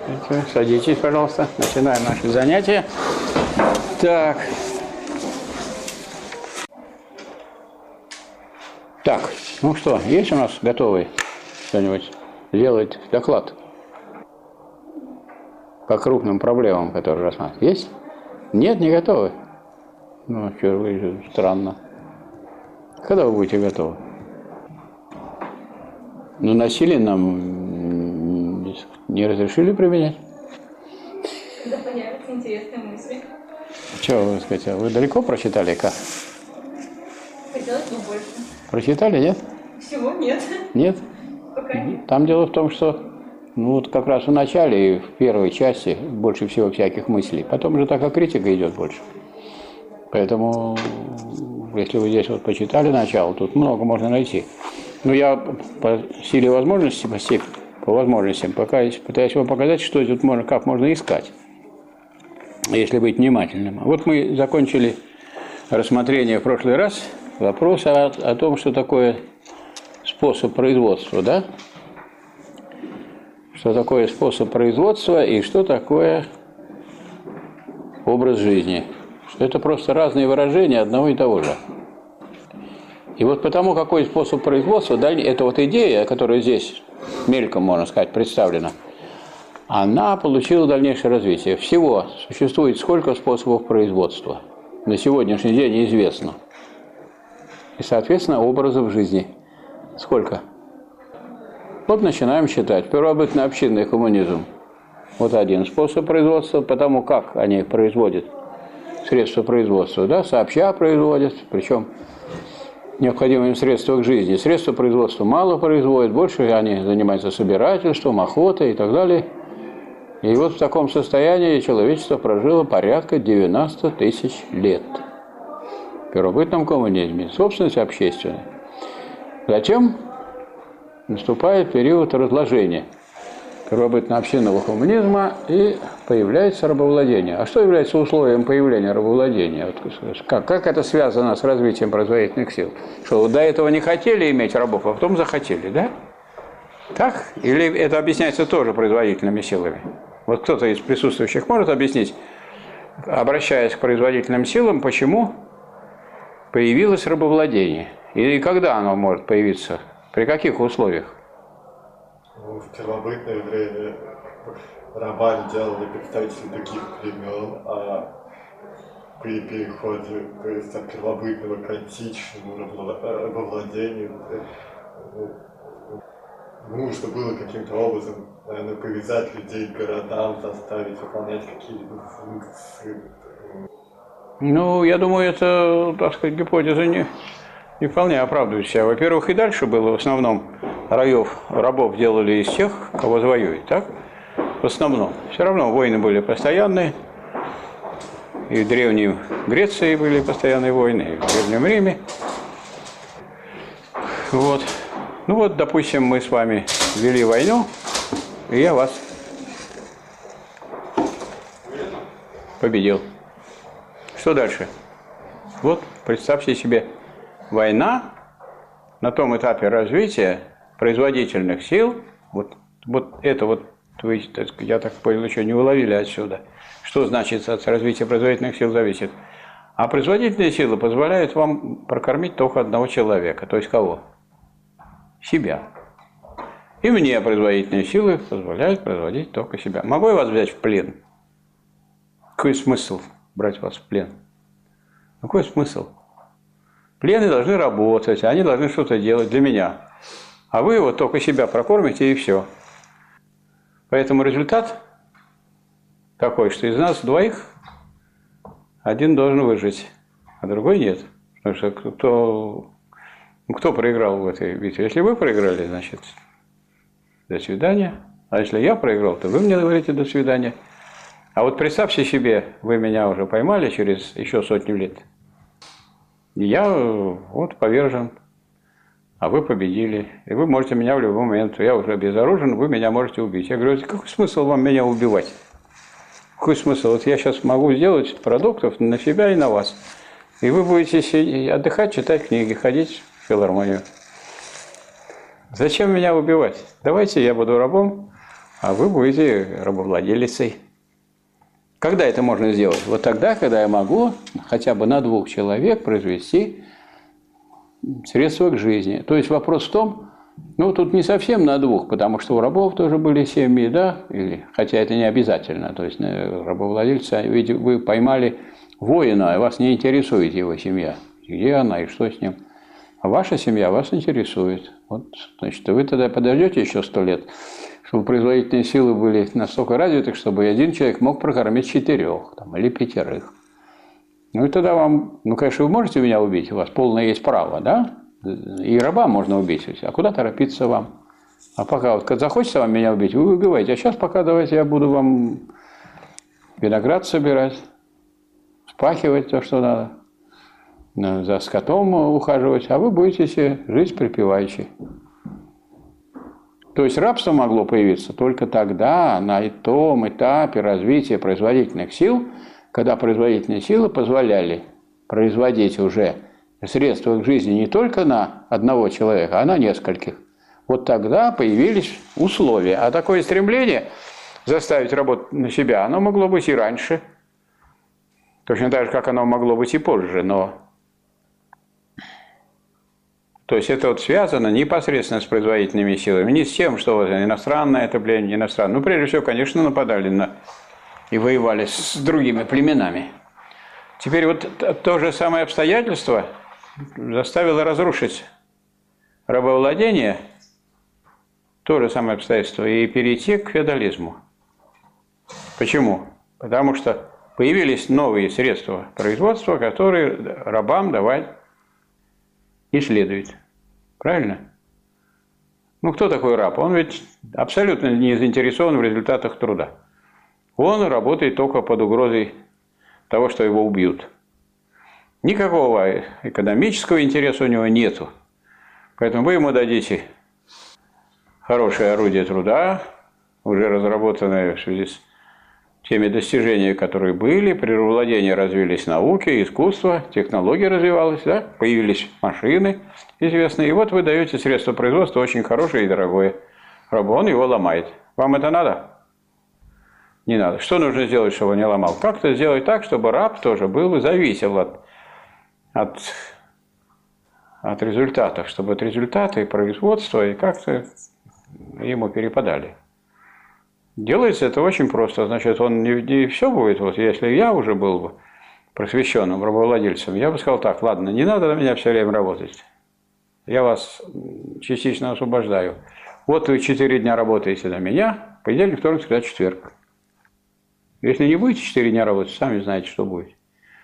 Садитесь, пожалуйста. Начинаем наше занятие. Так. Так, ну что, есть у нас готовый кто-нибудь сделать доклад по крупным проблемам, которые рассматривают? Есть? Нет, не готовы? Ну, что вы, странно. Когда вы будете готовы? Ну, насилие нам не разрешили применять. Когда появятся интересные мысли. Что вы сказать, вы далеко прочитали как? Хотелось бы больше. Прочитали, нет? Всего нет. Нет? Пока нет. Там дело в том, что ну, вот как раз в начале и в первой части больше всего всяких мыслей. Потом же такая критика идет больше. Поэтому, если вы здесь вот почитали начало, тут много можно найти. Но я по силе возможностей, по возможностям, пока пытаюсь вам показать, что тут можно, как можно искать, если быть внимательным. Вот мы закончили рассмотрение в прошлый раз вопроса о том, что такое способ производства, да? Что такое способ производства и что такое образ жизни. Что это просто разные выражения одного и того же. И вот потому, какой способ производства, да, это вот идея, которая здесь мельком, можно сказать, представлена, она получила дальнейшее развитие. Всего существует сколько способов производства. На сегодняшний день неизвестно. И, соответственно, образов жизни. Сколько? Вот начинаем считать. Первобытный общинный коммунизм. Вот один способ производства, потому как они производят средства производства, да, сообща производят, причем необходимые средства к жизни. Средства производства мало производят, больше они занимаются собирательством, охотой и так далее. И вот в таком состоянии человечество прожило порядка 90 тысяч лет. В первобытном коммунизме. Собственность общественная. Затем наступает период разложения первобытно-общинного коммунизма и появляется рабовладение. А что является условием появления рабовладения? Вот как это связано с развитием производительных сил? Что до этого не хотели иметь рабов, а потом захотели, да? Так? Или это объясняется тоже производительными силами? Вот кто-то из присутствующих может объяснить, обращаясь к производительным силам, почему появилось рабовладение? Или когда оно может появиться? При каких условиях? В первобытное время рабами делали представители других племен, а при переходе, то есть от первобытного к античному рабовладению нужно было каким-то образом, наверное, повязать людей к городам, заставить выполнять какие-либо функции. Ну, я думаю, это, так сказать, гипотеза не вполне оправдывает себя. Во-первых, и дальше было в основном рабов делали из тех, кого завоюют, так? В основном. Все равно войны были постоянные. И в Древней Греции были постоянные войны, и в Древнем Риме. Вот. Ну вот, допустим, мы с вами вели войну, и я вас победил. Что дальше? Вот, представьте себе, война на том этапе развития производительных сил, вот это вот вы, я так понял, еще не уловили отсюда. Что значит от развития производительных сил зависит? А производительные силы позволяют вам прокормить только одного человека. То есть кого? Себя. И мне производительные силы позволяют производить только себя. Могу я вас взять в плен? Какой смысл брать вас в плен? Какой смысл? Пленные должны работать, они должны что-то делать для меня. А вы вот только себя прокормите и все. Поэтому результат такой, что из нас двоих один должен выжить, а другой нет. Потому что кто проиграл в этой битве? Если вы проиграли, значит, до свидания. А если я проиграл, то вы мне говорите до свидания. А вот представьте себе, вы меня уже поймали через еще сотню лет. И я вот повержен, а вы победили. И вы можете меня в любой момент, я уже безоружен, вы меня можете убить. Я говорю, какой смысл вам меня убивать? Какой смысл? Вот я сейчас могу сделать продуктов на себя и на вас. И вы будете отдыхать, читать книги, ходить в филармонию. Зачем меня убивать? Давайте я буду рабом, а вы будете рабовладелицей. Когда это можно сделать? Вот тогда, когда я могу хотя бы на 2 человек произвести средства к жизни. То есть вопрос в том, ну, тут не совсем на 2, потому что у рабов тоже были семьи, да, хотя это не обязательно. То есть рабовладельца, ведь вы поймали воина, а вас не интересует его семья. Где она и что с ним. А ваша семья вас интересует. Вот, значит, вы тогда подождете еще 100 лет, чтобы производительные силы были настолько развиты, чтобы один человек мог прокормить 4 там, или 5. Ну и тогда вам, ну, конечно, вы можете меня убить, у вас полное есть право, да? И раба можно убить, а куда торопиться вам? А пока вот, когда захочется вам меня убить, вы убиваете. А сейчас пока давайте я буду вам виноград собирать, спахивать то, что надо, за скотом ухаживать, а вы будете себе жить припеваючи. То есть рабство могло появиться только тогда, на том этапе развития производительных сил, когда производительные силы позволяли производить уже средства к жизни не только на одного человека, а на нескольких. Вот тогда появились условия. А такое стремление заставить работать на себя, оно могло быть и раньше. Точно так же, как оно могло быть и позже, но... То есть это вот связано непосредственно с производительными силами, не с тем, что вот иностранное это влияние, иностранное. Ну, прежде всего, конечно, нападали и воевали с другими племенами. Теперь вот то же самое обстоятельство заставило разрушить рабовладение, то же самое обстоятельство, и перейти к феодализму. Почему? Потому что появились новые средства производства, которые рабам давать не следует. Правильно? Ну, кто такой раб? Он ведь абсолютно не заинтересован в результатах труда. Он работает только под угрозой того, что его убьют. Никакого экономического интереса у него нету. Поэтому вы ему дадите хорошее орудие труда, уже разработанное в связи с теми достижениями, которые были, при рабовладении развились науки, искусство, технология развивалась, да? Появились машины известные. И вот вы даете средство производства очень хорошее и дорогое. Рабу, он его ломает. Вам это надо? Не надо. Что нужно сделать, чтобы он не ломал? Как-то сделать так, чтобы раб тоже был и зависел от результатов, чтобы от результата и производства и как-то ему перепадали. Делается это очень просто. Значит, он не все будет. Вот если я уже был бы просвещенным рабовладельцем, я бы сказал так: ладно, не надо на меня все время работать. Я вас частично освобождаю. Вот вы 4 дня работаете на меня, понедельник, вторник, среда, четверг. Если не будете 4 дня работать, сами знаете, что будет.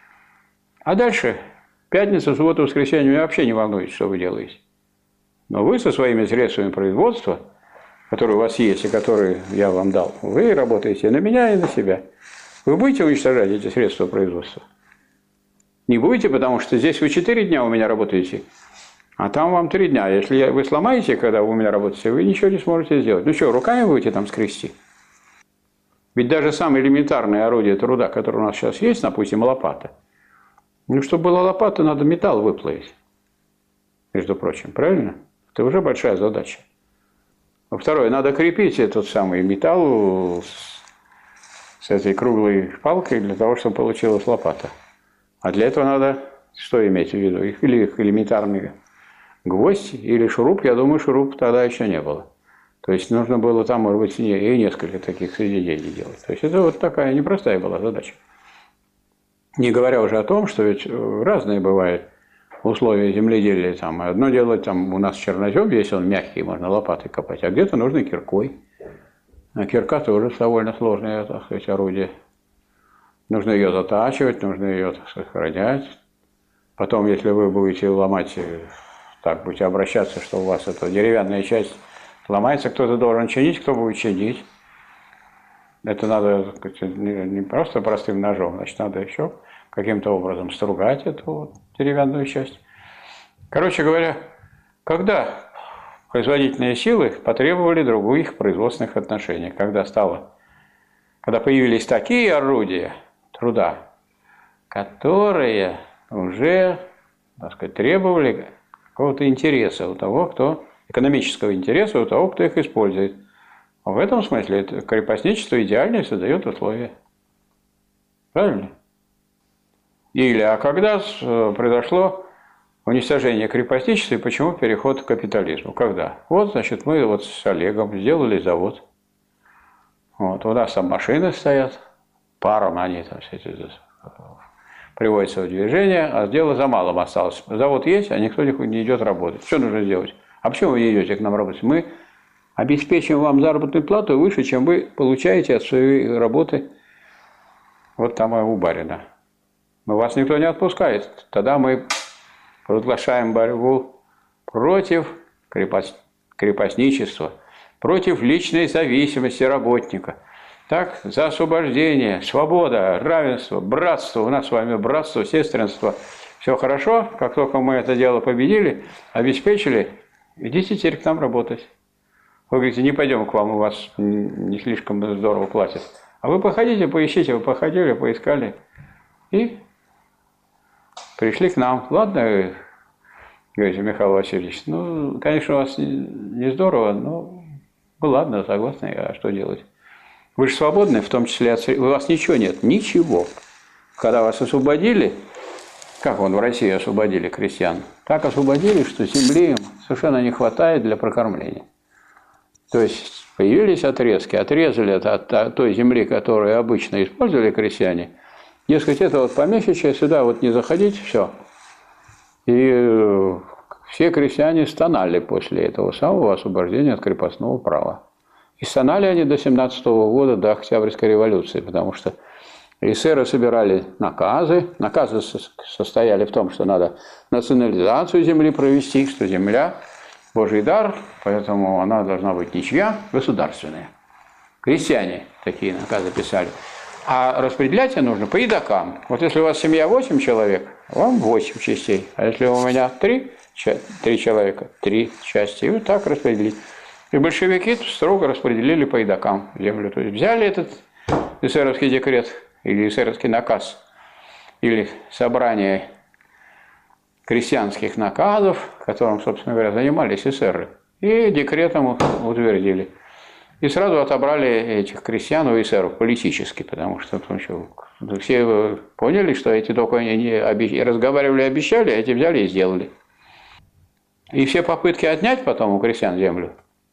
А дальше, пятница, суббота, воскресенье, меня вообще не волнует, что вы делаете. Но вы со своими средствами производства, которые у вас есть и которые я вам дал, вы работаете на меня и на себя. Вы будете уничтожать эти средства производства? Не будете, потому что здесь вы 4 дня у меня работаете, а там вам 3 дня. Если вы сломаете, когда вы у меня работаете, вы ничего не сможете сделать. Ну что, руками будете там скрести? Ведь даже самое элементарное орудие труда, которое у нас сейчас есть, допустим, лопата. Ну, чтобы была лопата, надо металл выплавить. Между прочим, правильно? Это уже большая задача. Во-вторых, надо крепить этот самый металл с этой круглой палкой для того, чтобы получилась лопата. А для этого надо что иметь в виду? Или элементарный гвоздь, или шуруп. Я думаю, шуруп тогда еще не было. То есть нужно было там, может быть, и несколько таких соединений делать. То есть это вот такая непростая была задача. Не говоря уже о том, что ведь разные бывают условия земледелия. Там одно дело, там у нас чернозем, если он мягкий, можно лопатой копать, а где-то нужно киркой. А кирка тоже довольно сложное, так сказать, орудие. Нужно ее затачивать, нужно ее, так сказать, сохранять. Потом, если вы будете ломать, так будете обращаться, что у вас эта деревянная часть ломается, кто-то должен чинить, кто будет чинить. Это надо, так сказать, не просто простым ножом, значит, надо еще каким-то образом стругать эту вот деревянную часть. Короче говоря, когда производительные силы потребовали других производственных отношений, когда появились такие орудия труда, которые уже, так сказать, требовали какого-то интереса у того, кто, экономического интереса у того, кто их использует. В этом смысле это крепостничество идеально создает условия. Правильно? Или, а когда произошло уничтожение крепостничества и почему переход к капитализму? Когда? Вот, значит, мы вот с Олегом сделали завод. Вот, у нас там машины стоят, паром они там все эти приводятся в движение, а дело за малым осталось. Завод есть, а никто не идет работать. Что нужно сделать? А почему вы не идете к нам работать? Мы обеспечим вам заработную плату выше, чем вы получаете от своей работы вот там у барина. Но вас никто не отпускает. Тогда мы провозглашаем борьбу против крепостничества, против личной зависимости работника. Так, за освобождение, свобода, равенство, братство. У нас с вами братство, сестринство. Все хорошо. Как только мы это дело победили, обеспечили, идите теперь к нам работать. Вы говорите, не пойдем к вам, у вас не слишком здорово платят. А вы походите, поищите, вы походили, поискали. И пришли к нам. Ладно, говорите, Михаил Васильевич, ну, конечно, у вас не здорово, но ну, ладно, согласны, а что делать? Вы же свободны, в том числе у вас ничего нет, ничего. Когда вас освободили, как в России освободили крестьян, так освободили, что земли им совершенно не хватает для прокормления. То есть появились отрезки, отрезали от той земли, которую обычно использовали крестьяне. Дескать, это вот помещичье, сюда вот не заходить, все. И все крестьяне стонали после этого самого освобождения от крепостного права. И стонали они до 17-го года, до Октябрьской революции, потому что эсеры собирали наказы. Наказы состояли в том, что надо национализацию земли провести, что земля – Божий дар, поэтому она должна быть ничья, государственная. Крестьяне такие наказы писали. А распределять ее нужно по едокам. Вот если у вас семья 8 человек, вам 8 частей. А если у меня 3 человека, 3 части. И вот так распределить. И большевики строго распределили по едокам землю. То есть взяли этот эсеровский декрет или эсеровский наказ, или собрание крестьянских наказов, которым, собственно говоря, занимались эсеры, и декретом утвердили. И сразу отобрали этих крестьян у эсеров политически, потому что все поняли, что эти только они разговаривали, обещали, а эти взяли и сделали. И все попытки отнять потом у крестьян землю,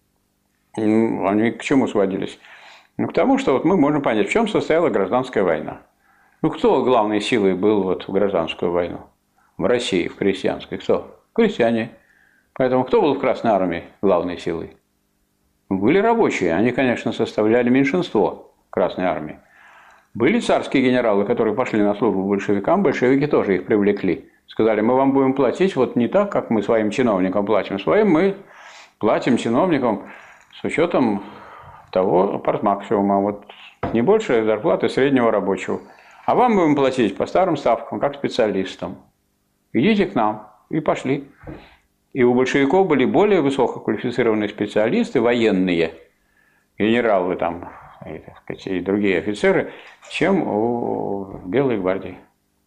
они к чему сводились? Ну, к тому, что вот мы можем понять, в чем состояла гражданская война. Ну, кто главной силой был вот в гражданскую войну? В России, в крестьянской. Кто? Крестьяне. Поэтому кто был в Красной армии главной силой? Были рабочие. Они, конечно, составляли меньшинство Красной армии. Были царские генералы, которые пошли на службу большевикам. Большевики тоже их привлекли. Сказали, мы вам будем платить вот не так, как мы своим чиновникам платим. Своим мы платим чиновникам с учетом того партмаксимума, вот не больше зарплаты среднего рабочего. А вам будем платить по старым ставкам, как специалистам. Идите к нам. И пошли. И у большевиков были более высококвалифицированные специалисты, военные, генералы там, и, так сказать, и другие офицеры, чем у Белой гвардии.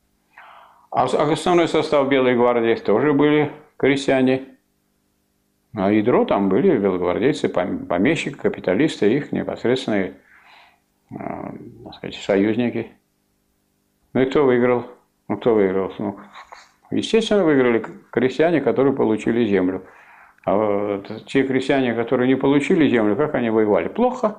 А основной состав Белой гвардии тоже были крестьяне. А ядро там были белогвардейцы, помещики, капиталисты, их непосредственные, так сказать, союзники. Ну и кто выиграл? Ну, кто выиграл? Ну, естественно, выиграли крестьяне, которые получили землю. А вот те крестьяне, которые не получили землю, как они воевали? Плохо.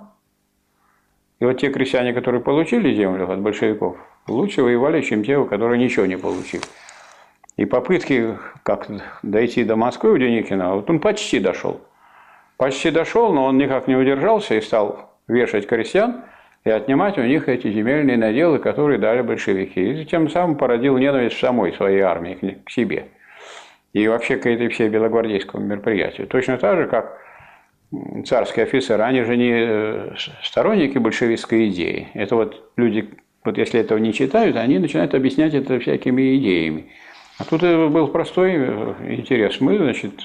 И вот те крестьяне, которые получили землю от большевиков, лучше воевали, чем те, которые ничего не получили. И попытки как дойти до Москвы у Деникина, вот он почти дошел. Почти дошел, но он никак не удержался и стал вешать крестьян и отнимать у них эти земельные наделы, которые дали большевики. И тем самым породил ненависть в самой своей армии к себе. И вообще к этой всей белогвардейскому мероприятию. Точно так же, как царские офицеры, они же не сторонники большевистской идеи. Это вот люди, вот если этого не читают, они начинают объяснять это всякими идеями. А тут был простой интерес. Мы, значит,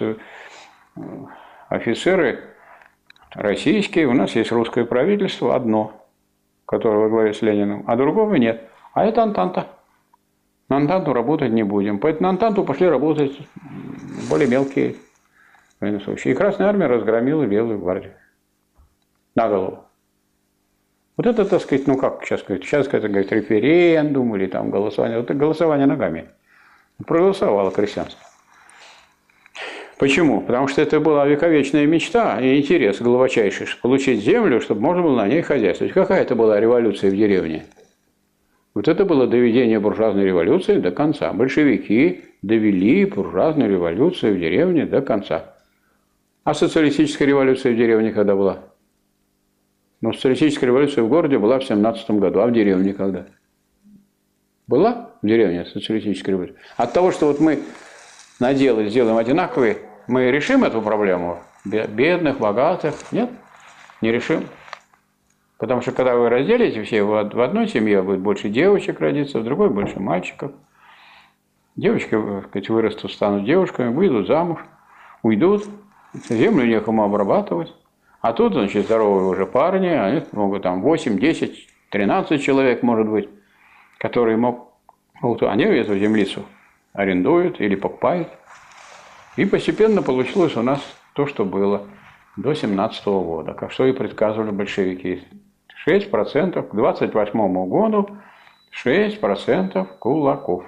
офицеры российские, у нас есть русское правительство, одно, которое во главе с Лениным, а другого нет. А это Антанта. На Антанту работать не будем. Поэтому на Антанту пошли работать более мелкие военнослужащие. И Красная армия разгромила Белую гвардию. на голову. Вот это, так сказать, ну как сейчас это говорит референдум или там голосование. Вот это голосование ногами. Проголосовало крестьянство. Почему? Потому что это была вековечная мечта и интерес глубочайший, получить землю, чтобы можно было на ней хозяйствовать. Какая это была революция в деревне? Вот это было доведение буржуазной революции до конца. Большевики довели буржуазную революцию в деревне до конца. А социалистическая революция в деревне когда была? Ну, социалистическая революция в городе была в 17 году, а в деревне когда? Была в деревне социалистическая революция? От того, что вот мы наделы сделаем одинаковые, мы решим эту проблему? Бедных, богатых? Нет, не решим. Потому что когда вы разделите все в одной семье, будет больше девочек родиться, в другой больше мальчиков. Девочки, так сказать, вырастут, станут девушками, выйдут замуж, уйдут, землю некому обрабатывать. А тут, значит, здоровые уже парни, они могут там 8, 10, 13 человек, может быть, которые они эту землицу арендуют или покупают. И постепенно получилось у нас то, что было до 17 года, как что и предсказывали большевики. 6% к 28 году 6% кулаков.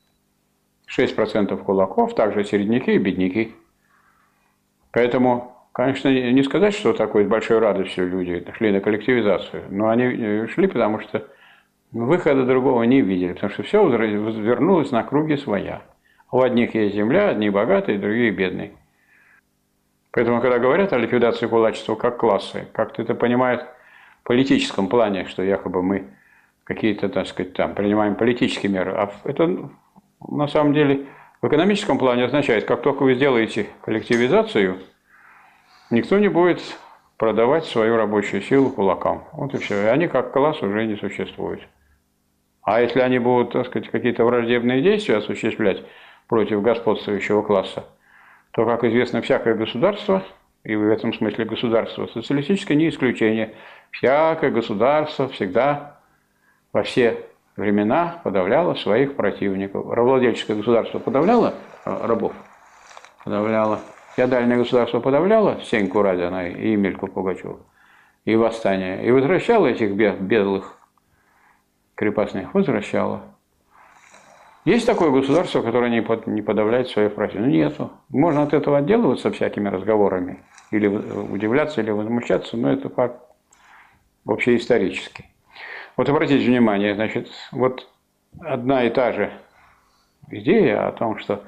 6% кулаков, также середняки и бедняки. Поэтому, конечно, не сказать, что такой с большой радостью люди шли на коллективизацию, но они шли, потому что выхода другого не видели, потому что все вернулось на круги своя. У одних есть земля, одни богатые, другие бедные. Поэтому, когда говорят о ликвидации кулачества как класса, как-то это понимают в политическом плане, что якобы мы какие-то, так сказать, там принимаем политические меры. А это на самом деле в экономическом плане означает, как только вы сделаете коллективизацию, никто не будет продавать свою рабочую силу кулакам. Вот и все. И они как класс уже не существуют. А если они будут, так сказать, какие-то враждебные действия осуществлять против господствующего класса, то, как известно, всякое государство, и в этом смысле государство социалистическое не исключение, всякое государство всегда во все времена подавляло своих противников. Рабовладельческое государство подавляло рабов? Подавляло. Феодальное государство подавляло Сеньку Разина и Емельку Пугачева, и восстание, и возвращало этих беглых крепостных, возвращало. Есть такое государство, которое не подавляет своих противников? Нету. Можно от этого отделываться всякими разговорами, или удивляться, или возмущаться, но это факт общеисторический. Вот обратите внимание, значит, вот одна и та же идея о том, что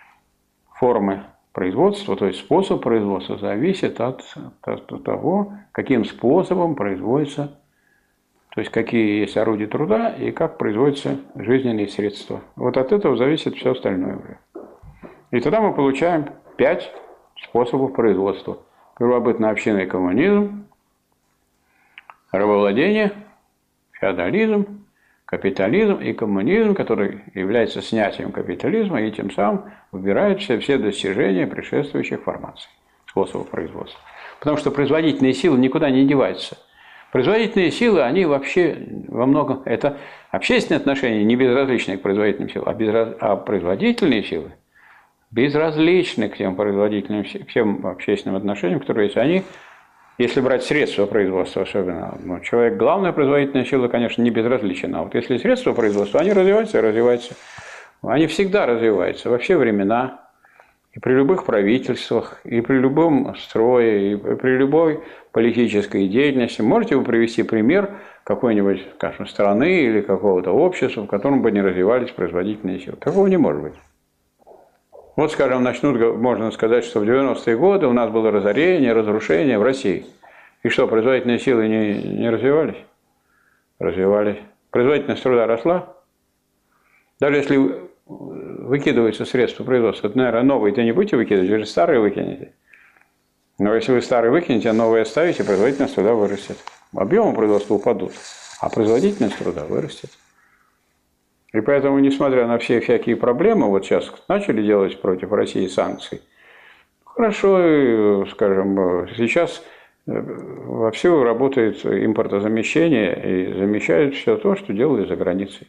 формы производства, то есть способ производства, зависит от того, каким способом производится, то есть какие есть орудия труда и как производятся жизненные средства. Вот от этого зависит все остальное уже. И тогда мы получаем 5 способов производства. Первобытно-общинный коммунизм, рабовладение, феодализм, капитализм и коммунизм, который является снятием капитализма и тем самым убирает все достижения предшествующих формаций, способов производства. Потому что производительные силы никуда не деваются. Производительные силы, они вообще во многом, это общественные отношения не безразличны к производительным силам, а производительные силы безразличны к тем производительным, к тем общественным отношениям, которые есть. Они, если брать средства производства особенно, человек, главная производительная сила, конечно, не безразлична. А вот если средства производства, они развиваются и развиваются. Они всегда развиваются, во все времена. И при любых правительствах, и при любом строе, и при любой политической деятельности. Можете вы привести пример какой-нибудь, скажем, страны или какого-то общества, в котором бы не развивались производительные силы? Такого не может быть. Вот, скажем, можно сказать, что в 90-е годы у нас было разорение, разрушение в России. И что, производительные силы не развивались? Развивались. Производительность труда росла. Даже если выкидываются средства производства, это, наверное, новые-то не будете выкидывать, вы же старые выкинете. Но если вы старые выкинете, а новые оставите, производительность труда вырастет. Объемы производства упадут, а производительность труда вырастет. И поэтому, несмотря на все всякие проблемы, вот сейчас начали делать против России санкции, хорошо, скажем, сейчас вовсю работает импортозамещение и замещает все то, что делали за границей.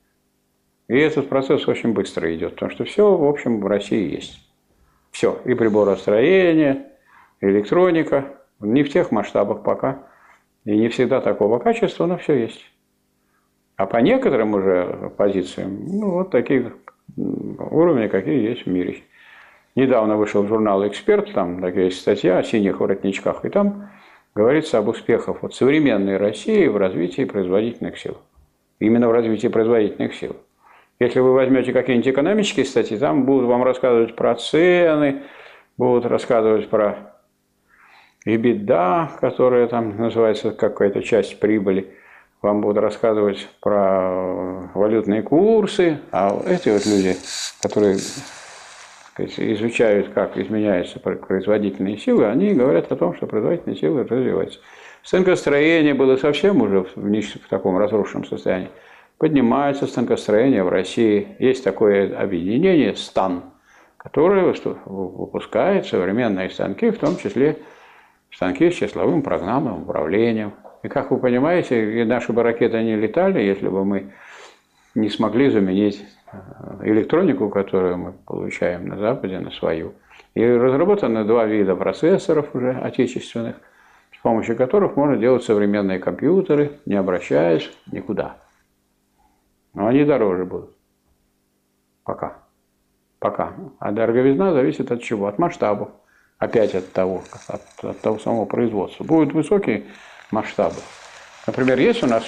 И этот процесс очень быстро идет, потому что все, в общем, в России есть. Все, и приборостроение, и электроника, не в тех масштабах пока, И не всегда такого качества, но все есть. А по некоторым уже позициям, ну, вот таких уровней, какие есть в мире. Недавно вышел журнал «Эксперт», там такая есть статья о синих воротничках, и там говорится об успехах вот современной России в развитии производительных сил. Именно в развитии производительных сил. Если вы возьмете какие-нибудь экономические статьи, там будут вам рассказывать про цены, будут рассказывать про EBITDA, которая там называется какая-то часть прибыли, вам будут рассказывать про валютные курсы, а эти вот люди, которые изучают, как изменяются производительные силы, они говорят о том, что производительные силы развиваются. Станкостроение было совсем уже в таком разрушенном состоянии. Поднимается станкостроение в России. Есть такое объединение «СТАН», которое выпускает современные станки, в том числе станки с числовым программным управлением. И, как вы понимаете, наши бы ракеты не летали, если бы мы не смогли заменить электронику, которую мы получаем на Западе, на свою. И разработаны два вида процессоров уже отечественных, с помощью которых можно делать современные компьютеры, не обращаясь никуда. Но они дороже будут. Пока. А дороговизна зависит от чего? От масштабов. Опять от того самого производства. Будут высокие масштабы. Например, есть у нас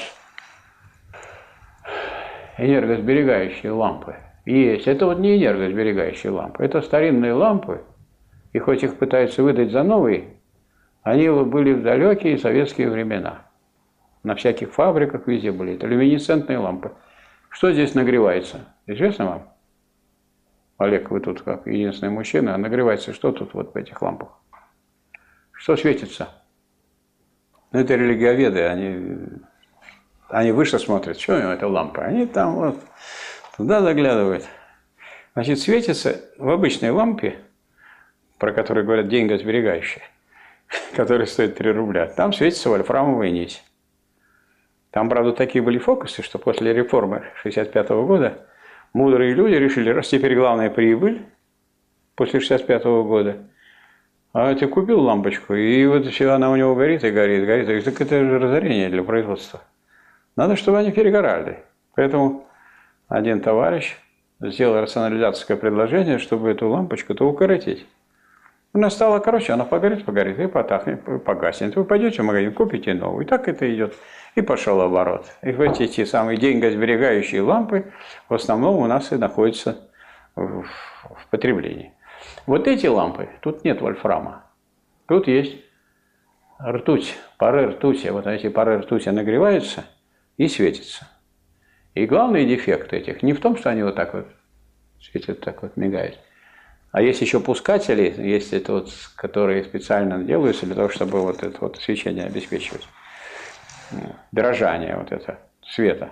энергосберегающие лампы. Есть. Это вот не энергосберегающие лампы. Это старинные лампы. И хоть их пытаются выдать за новые, они были в далекие советские времена. На всяких фабриках везде были. Это люминесцентные лампы. Что здесь нагревается? Известно вам? Олег, вы тут как единственный мужчина, а нагревается что тут вот в этих лампах? Что светится? Ну, это религиоведы, они выше смотрят, что это лампа? Они там вот туда заглядывают. Значит, светится в обычной лампе, про которую говорят деньгосберегающая, которая стоит 3 рубля, там светится вольфрамовая нить. Там, правда, такие были фокусы, что после реформы 1965 года мудрые люди решили, раз теперь главная прибыль после 1965 года, а ты купил лампочку, и вот все она у него горит и горит, горит. Так это же разорение для производства. Надо, чтобы они перегорали. Поэтому один товарищ сделал рационализаторское предложение, чтобы эту лампочку-то укоротить. Она стала короче, она погорит, и потахнет, погаснет. Вы пойдете в магазин, купите новую. И так это идет. И пошел оборот. И вот эти самые деньгосберегающие лампы в основном у нас и находятся в потреблении. Вот эти лампы, тут нет вольфрама. Тут есть ртуть, пары ртути. Вот эти пары ртути нагреваются и светятся. И главный дефект этих не в том, что они вот так вот светят, так вот мигают. А есть еще пускатели, есть это вот, которые специально делаются для того, чтобы вот это вот свечение обеспечивать. Дрожание вот это света.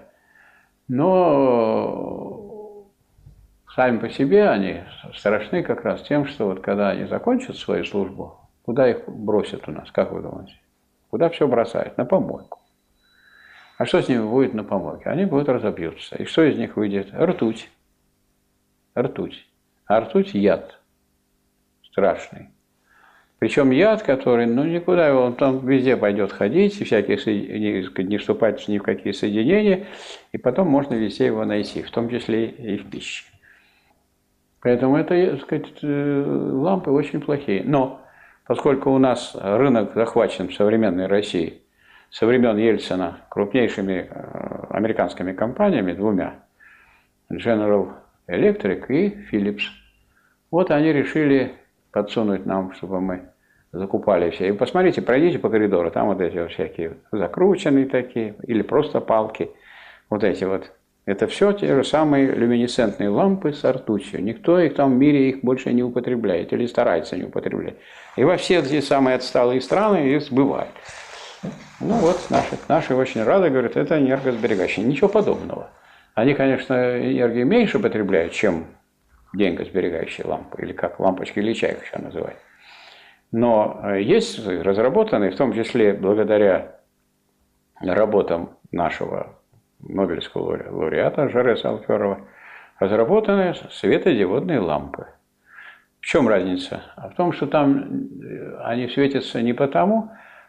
Но сами по себе они страшны как раз тем, что вот когда они закончат свою службу, куда их бросят у нас, как вы думаете? Куда все бросают? На помойку. А что с ними будет на помойке? Они будут разобьются. И что из них выйдет? Ртуть. Ртуть. А ртуть – яд страшный. Причем яд, который, ну, никуда его, он там везде пойдет ходить, и всякие, не вступать ни в какие соединения, и потом можно везде его найти, в том числе и в пище. Поэтому это, так сказать, лампы очень плохие. Но поскольку у нас рынок захвачен в современной России со времен Ельцина крупнейшими американскими компаниями, двумя, General Electric и Philips. Вот они решили подсунуть нам, чтобы мы закупали все. И посмотрите, пройдите по коридору, там вот эти вот всякие закрученные такие, или просто палки. Вот эти вот. Это все те же самые люминесцентные лампы с ртутью. Никто их там в мире их больше не употребляет или старается не употреблять. И во все эти самые отсталые страны их сбывают. Ну вот, наши очень рады, говорят, это энергосберегающие. Ничего подобного. Они, конечно, энергии меньше потребляют, чем деньгосберегающие лампы, или как лампочки Ильича их еще называют. Но есть разработанные, в том числе благодаря работам нашего Нобелевского лауреата Жареса Алферова, разработаны светодиодные лампы. В чем разница? А в том, что там они светятся не потому,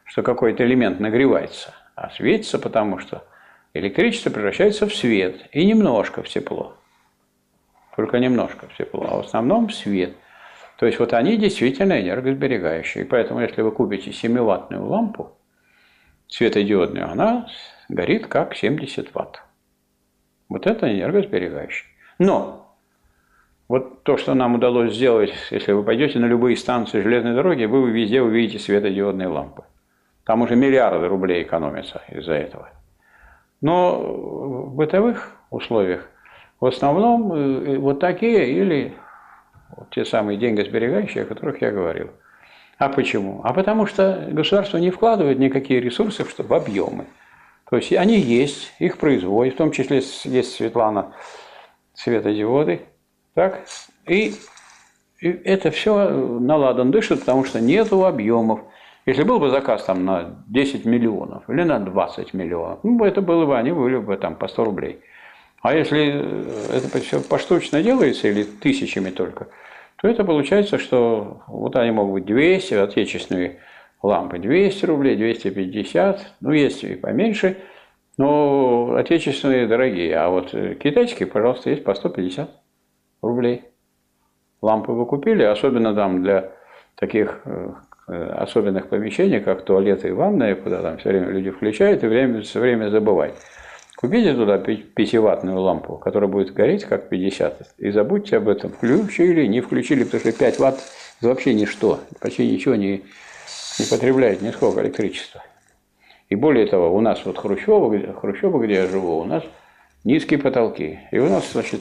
что какой-то элемент нагревается, а светится, потому что электричество превращается в свет и немножко в тепло. Только немножко в тепло, а в основном в свет. То есть вот они действительно энергосберегающие. И поэтому, если вы купите 7-ваттную лампу светодиодную, она горит как 70 ватт. Вот это энергосберегающее. Но вот то, что нам удалось сделать, если вы пойдете на любые станции железной дороги, вы везде увидите светодиодные лампы. Там уже миллиарды рублей экономятся из-за этого. Но в бытовых условиях в основном вот такие или вот те самые деньгосберегающие, о которых я говорил. А почему? А потому что государство не вкладывает никакие ресурсы в объемы. То есть они есть, их производят, в том числе есть Светлана светодиоды. Так? И это все наладан дышит, потому что нету объемов. Если был бы заказ там на 10 миллионов или на 20 миллионов, ну, это было бы, они были бы там по 100 рублей. А если это все поштучно делается или тысячами только, то это получается, что вот они могут быть 200, отечественные лампы 200 рублей, 250, ну есть и поменьше, но отечественные дорогие, а вот китайские, пожалуйста, есть по 150 рублей. Лампы вы купили, особенно там для таких особенных помещений, как туалеты и ванная, куда там все время люди включают и все время забывают. Купите туда 5-ваттную лампу, которая будет гореть как 50, и забудьте об этом, включили, не включили, потому что 5 ватт вообще ничто, почти ничего не потребляет, нисколько электричества. И более того, у нас вот Хрущево, где я живу, у нас низкие потолки, и у нас, значит,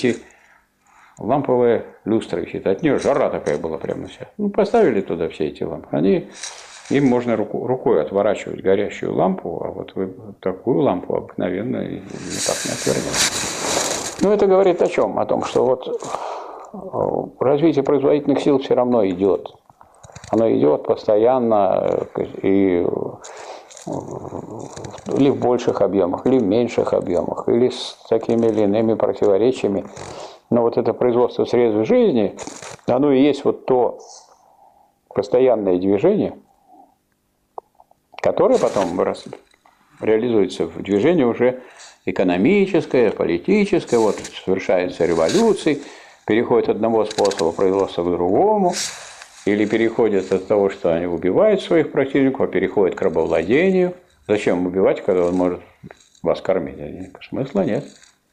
5-ламповые люстры, от нее жара такая была прямо вся. Ну, поставили туда все эти лампы, им можно рукой отворачивать горящую лампу, а вот вы такую лампу обыкновенно никак не отвернете. Ну, это говорит о чем? О том, что вот развитие производительных сил все равно идет. Оно идет постоянно и или в больших объемах, или в меньших объемах, или с такими или иными противоречиями. Но вот это производство средств жизни, оно и есть вот то постоянное движение, которое потом реализуется в движении уже экономическое, политическое, вот совершаются революции, переходят от одного способа производства к другому, или переходят от того, что они убивают своих противников, а переходят к рабовладению. Зачем убивать, когда он может вас кормить? Смысла нет.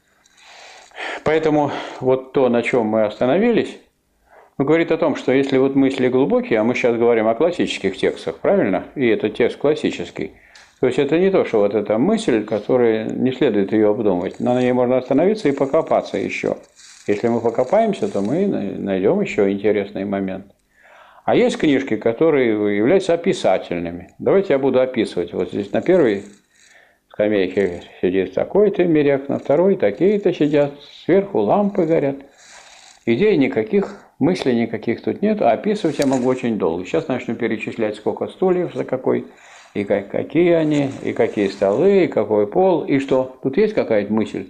Поэтому вот то, на чем мы остановились, говорит о том, что если вот мысли глубокие, а мы сейчас говорим о классических текстах, правильно? И это текст классический. То есть это не то, что вот эта мысль, которая не следует ее обдумывать. На ней можно остановиться и покопаться еще. Если мы покопаемся, то мы найдем еще интересный момент. А есть книжки, которые являются описательными. Давайте я буду описывать. Вот здесь на первой скамейке сидит такой-то моряк, на второй такие-то сидят, сверху лампы горят. Идей никаких, мыслей никаких тут нет, а описывать я могу очень долго. Сейчас начну перечислять, сколько стульев за какой, и какие они, и какие столы, и какой пол, и что. Тут есть какая-то мысль?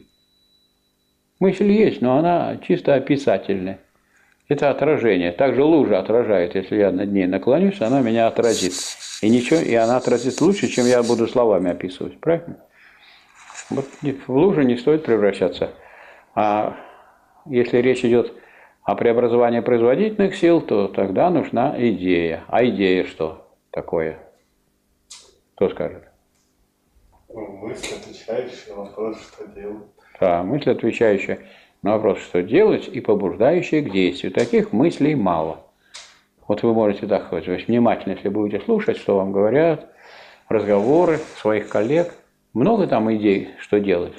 Мысль есть, но она чисто описательная. Это отражение. Также лужа отражает. Если я над ней наклонюсь, она меня отразит. И она отразит лучше, чем я буду словами описывать. Правильно? Вот в лужу не стоит превращаться. А если речь идет о преобразовании производительных сил, то тогда нужна идея. А идея что такое? Кто скажет? Мысль, отвечающая на вопрос, что делать. Да, мысль, отвечающая на вопрос, что делать, и побуждающая к действию. Таких мыслей мало. Вот вы можете так сказать, внимательно, если будете слушать, что вам говорят, разговоры своих коллег. Много там идей, что делать.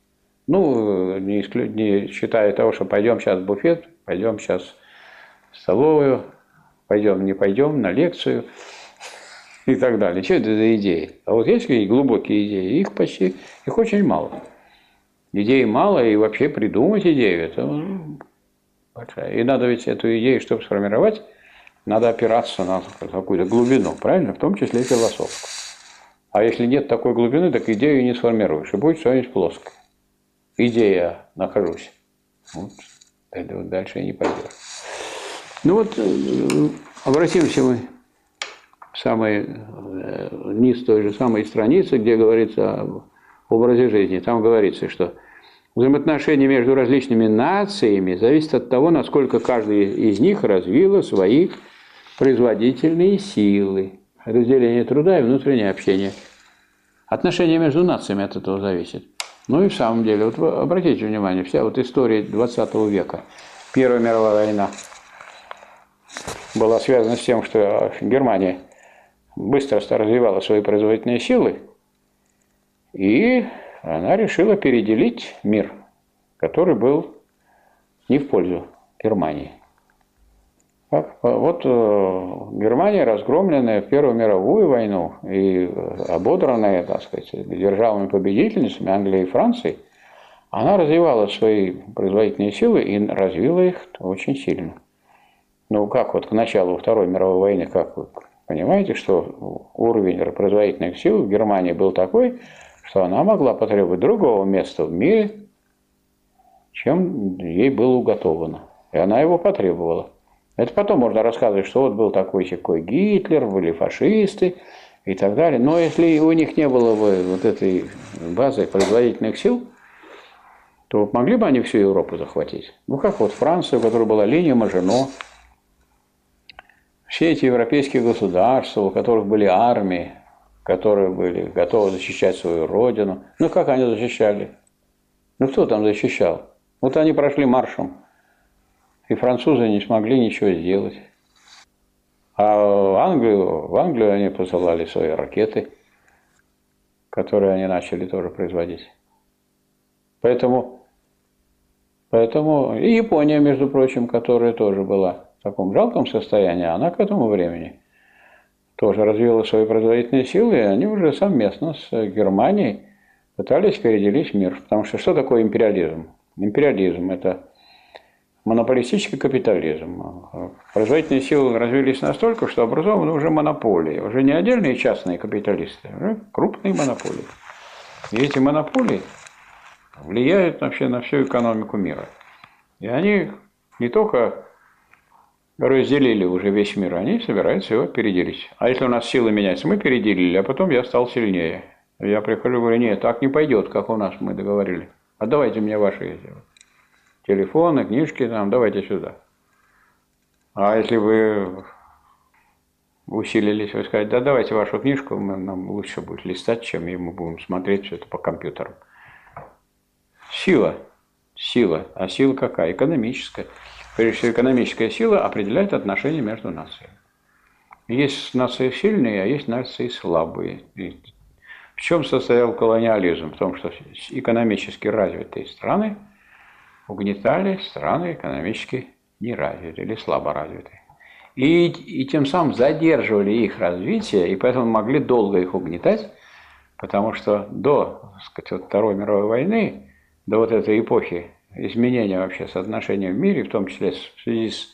Ну, не считая того, что пойдем сейчас в буфет, пойдем сейчас в столовую, пойдем, не пойдем, на лекцию и так далее. Что это за идеи? А вот есть какие глубокие идеи, их очень мало. Идей мало, и вообще придумать идею, это большая. И надо ведь эту идею, чтобы сформировать, надо опираться на какую-то глубину, правильно? В том числе и философскую. А если нет такой глубины, так идею не сформируешь, и будет что-нибудь плоское. Идея, нахожусь. Вот, дальше и не пойдешь. Ну вот, обратимся мы самый низ той же самой страницы, где говорится об образе жизни. Там говорится, что взаимоотношения между различными нациями зависят от того, насколько каждая из них развила свои производительные силы, разделение труда и внутреннее общение. Отношения между нациями от этого зависят. Ну и в самом деле, вот вы обратите внимание, вся вот история 20 века, Первая мировая война была связана с тем, что Германия быстро развивала свои производительные силы, и она решила переделить мир, который был не в пользу Германии. Вот Германия, разгромленная в Первую мировую войну и ободранная, так сказать, державами-победительницами Англии и Франции, она развивала свои производительные силы и развила их очень сильно. Ну, как вот к началу Второй мировой войны, как вы понимаете, что уровень производительных сил в Германии был такой, что она могла потребовать другого места в мире, чем ей было уготовано. И она его потребовала. Это потом можно рассказывать, что вот был такой-сякой Гитлер, были фашисты и так далее. Но если у них не было бы вот этой базы производительных сил, то могли бы они всю Европу захватить. Ну, как вот Франция, у которой была линия Мажино, все эти европейские государства, у которых были армии, которые были готовы защищать свою родину. Ну, как они защищали? Ну, кто там защищал? Вот они прошли маршем, и французы не смогли ничего сделать. А в Англию они посылали свои ракеты, которые они начали тоже производить. Поэтому и Япония, между прочим, которая тоже была в таком жалком состоянии, она к этому времени тоже развила свои производительные силы, и они уже совместно с Германией пытались переделить мир. Потому что такое империализм? Империализм – это монополистический капитализм. Производительные силы развились настолько, что образованы уже монополии. Уже не отдельные частные капиталисты, а уже крупные монополии. И эти монополии влияют вообще на всю экономику мира. И они не только разделили уже весь мир, они собираются его переделить. А если у нас силы меняются, мы переделили, а потом я стал сильнее. Я прихожу и говорю, нет, так не пойдет, как у нас мы договорились. Отдавайте мне ваши телефоны, книжки, там, давайте сюда. А если вы усилились, вы скажете, да давайте вашу книжку, нам лучше будет листать, чем мы будем смотреть все это по компьютерам. Сила. А сила какая? Экономическая. Прежде всего, экономическая сила определяет отношения между нациями. Есть нации сильные, а есть нации слабые. И в чем состоял колониализм? В том, что экономически развитые страны угнетали страны экономически неразвитые или слабо развитые. И тем самым задерживали их развитие, и поэтому могли долго их угнетать, потому что до, так сказать, Второй мировой войны, до вот этой эпохи изменения вообще соотношения в мире, в том числе в связи с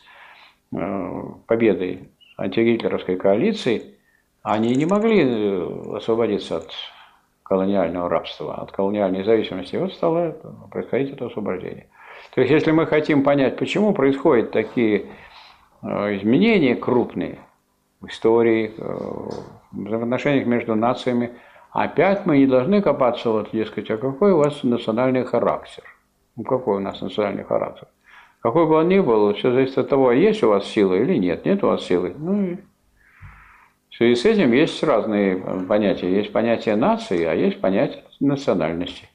победой антигитлеровской коалиции, они не могли освободиться от колониального рабства, от колониальной зависимости. И вот стало происходить это освобождение. То есть, если мы хотим понять, почему происходят такие изменения крупные в истории, в взаимоотношениях между нациями, опять мы не должны копаться, вот, дескать, а какой у вас национальный характер? Ну, какой у нас национальный характер? Какой бы он ни был, все зависит от того, есть у вас сила или нет. Нет у вас силы. Ну, и в связи с этим есть разные понятия. Есть понятие нации, а есть понятие национальности.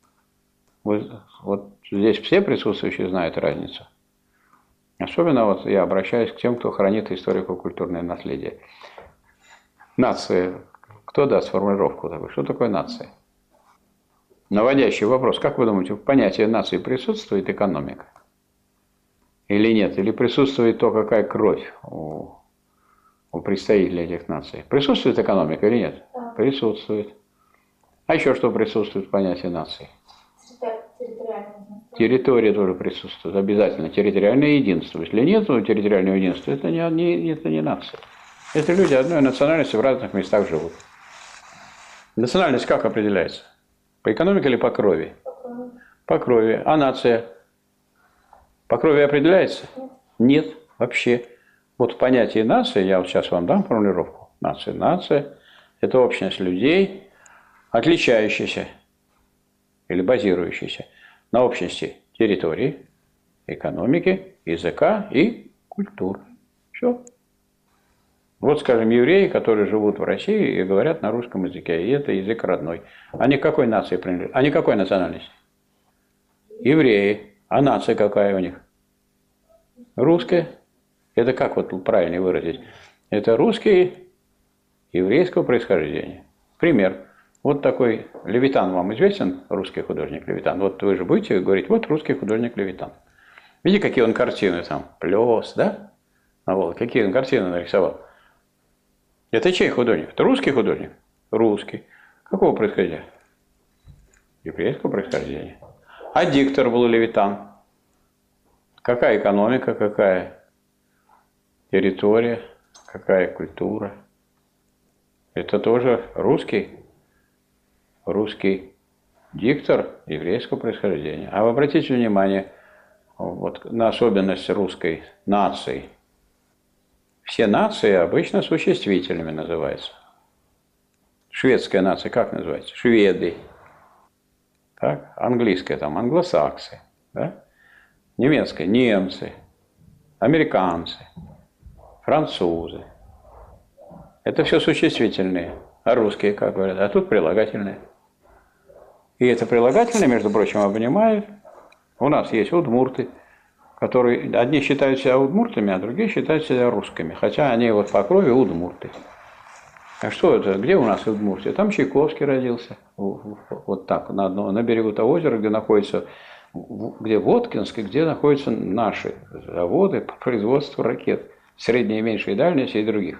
Вот здесь все присутствующие знают разницу. Особенно вот я обращаюсь к тем, кто хранит историко-культурное наследие. Нация. Кто даст формулировку такую? Что такое нация? Наводящий вопрос. Как вы думаете, в понятии нации присутствует экономика? Или нет? Или присутствует то, какая кровь у представителей этих наций? Присутствует экономика или нет? Да. Присутствует. А еще что присутствует в понятии нации? Территория тоже присутствует. Обязательно. Территориальное единство. Если нет территориального единства, это не нация. Это люди одной национальности в разных местах живут. Национальность как определяется? По экономике или по крови? По крови. А нация? По крови определяется? Нет, вообще. Вот в понятии нации, я вот сейчас вам дам формулировку. Нация. Нация – это общность людей, отличающихся или базирующихся на общности территории, экономики, языка и культуры. Все. Вот, скажем, евреи, которые живут в России и говорят на русском языке, и это язык родной. Они к какой нации принадлежат? Они какой национальности? Евреи. А нация какая у них? Русская. Это как вот правильно выразить? Это русские еврейского происхождения. Пример. Вот такой Левитан вам известен, русский художник Левитан. Вот вы же будете говорить, вот русский художник Левитан. Видите, какие он картины там? Плес, да? А вот, какие он картины нарисовал? Это чей художник? Это русский художник? Русский. Какого происхождения? Еврейского происхождения. А диктор был Левитан. Какая экономика, какая территория, какая культура? Это тоже русский диктор еврейского происхождения. А вы обратите внимание вот, на особенность русской нации. Все нации обычно существительными называются. Шведская нация как называется? Шведы. Так? Английская там англосаксы. Да? Немецкая немцы. Американцы. Французы. Это все существительные. А русские, как говорят, а тут прилагательные. И это прилагательное, между прочим, обнимает. У нас есть удмурты, которые одни считают себя удмуртами, а другие считают себя русскими. Хотя они вот по крови удмурты. А что это? Где у нас Удмуртия? Там Чайковский родился. Вот так, на берегу того озера, где находится, где Воткинск, где находятся наши заводы по производству ракет. Средней, меньшей дальности и других.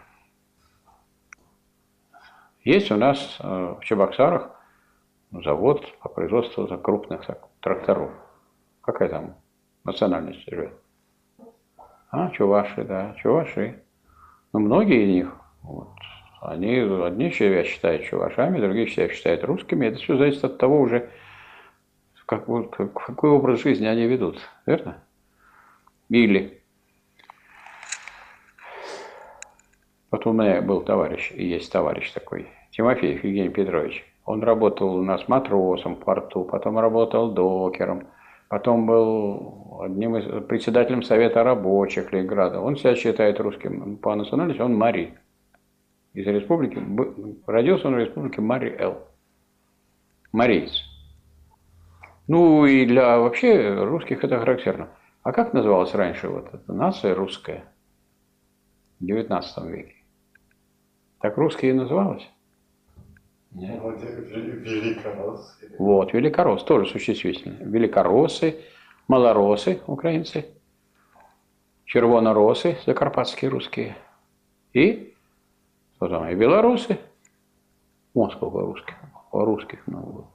Есть у нас в Чебоксарах завод по производству крупных тракторов. Какая там национальность живет? А, чуваши, да, чуваши. Но многие из них, вот, они одни себя считают чувашами, другие себя считают русскими. Это все зависит от того уже, какой образ жизни они ведут, верно? Или вот у меня был товарищ, и есть товарищ такой, Тимофеев Евгений Петрович. Он работал у нас матросом в порту, потом работал докером, потом был председателем Совета рабочих Ленинграда. Он себя считает русским по национальности, он Мари. Из республики, родился он в республике Мари-Эл. Мариец. Ну и для вообще русских это характерно. А как называлась раньше вот эта нация русская в XIX веке? Так русские и называлась? Нет. Великороссы. Вот, великороссы, тоже существительно. Великороссы, малороссы, украинцы, червоноросы, закарпатские русские. И, что там, и белорусы. Вон сколько русских много было.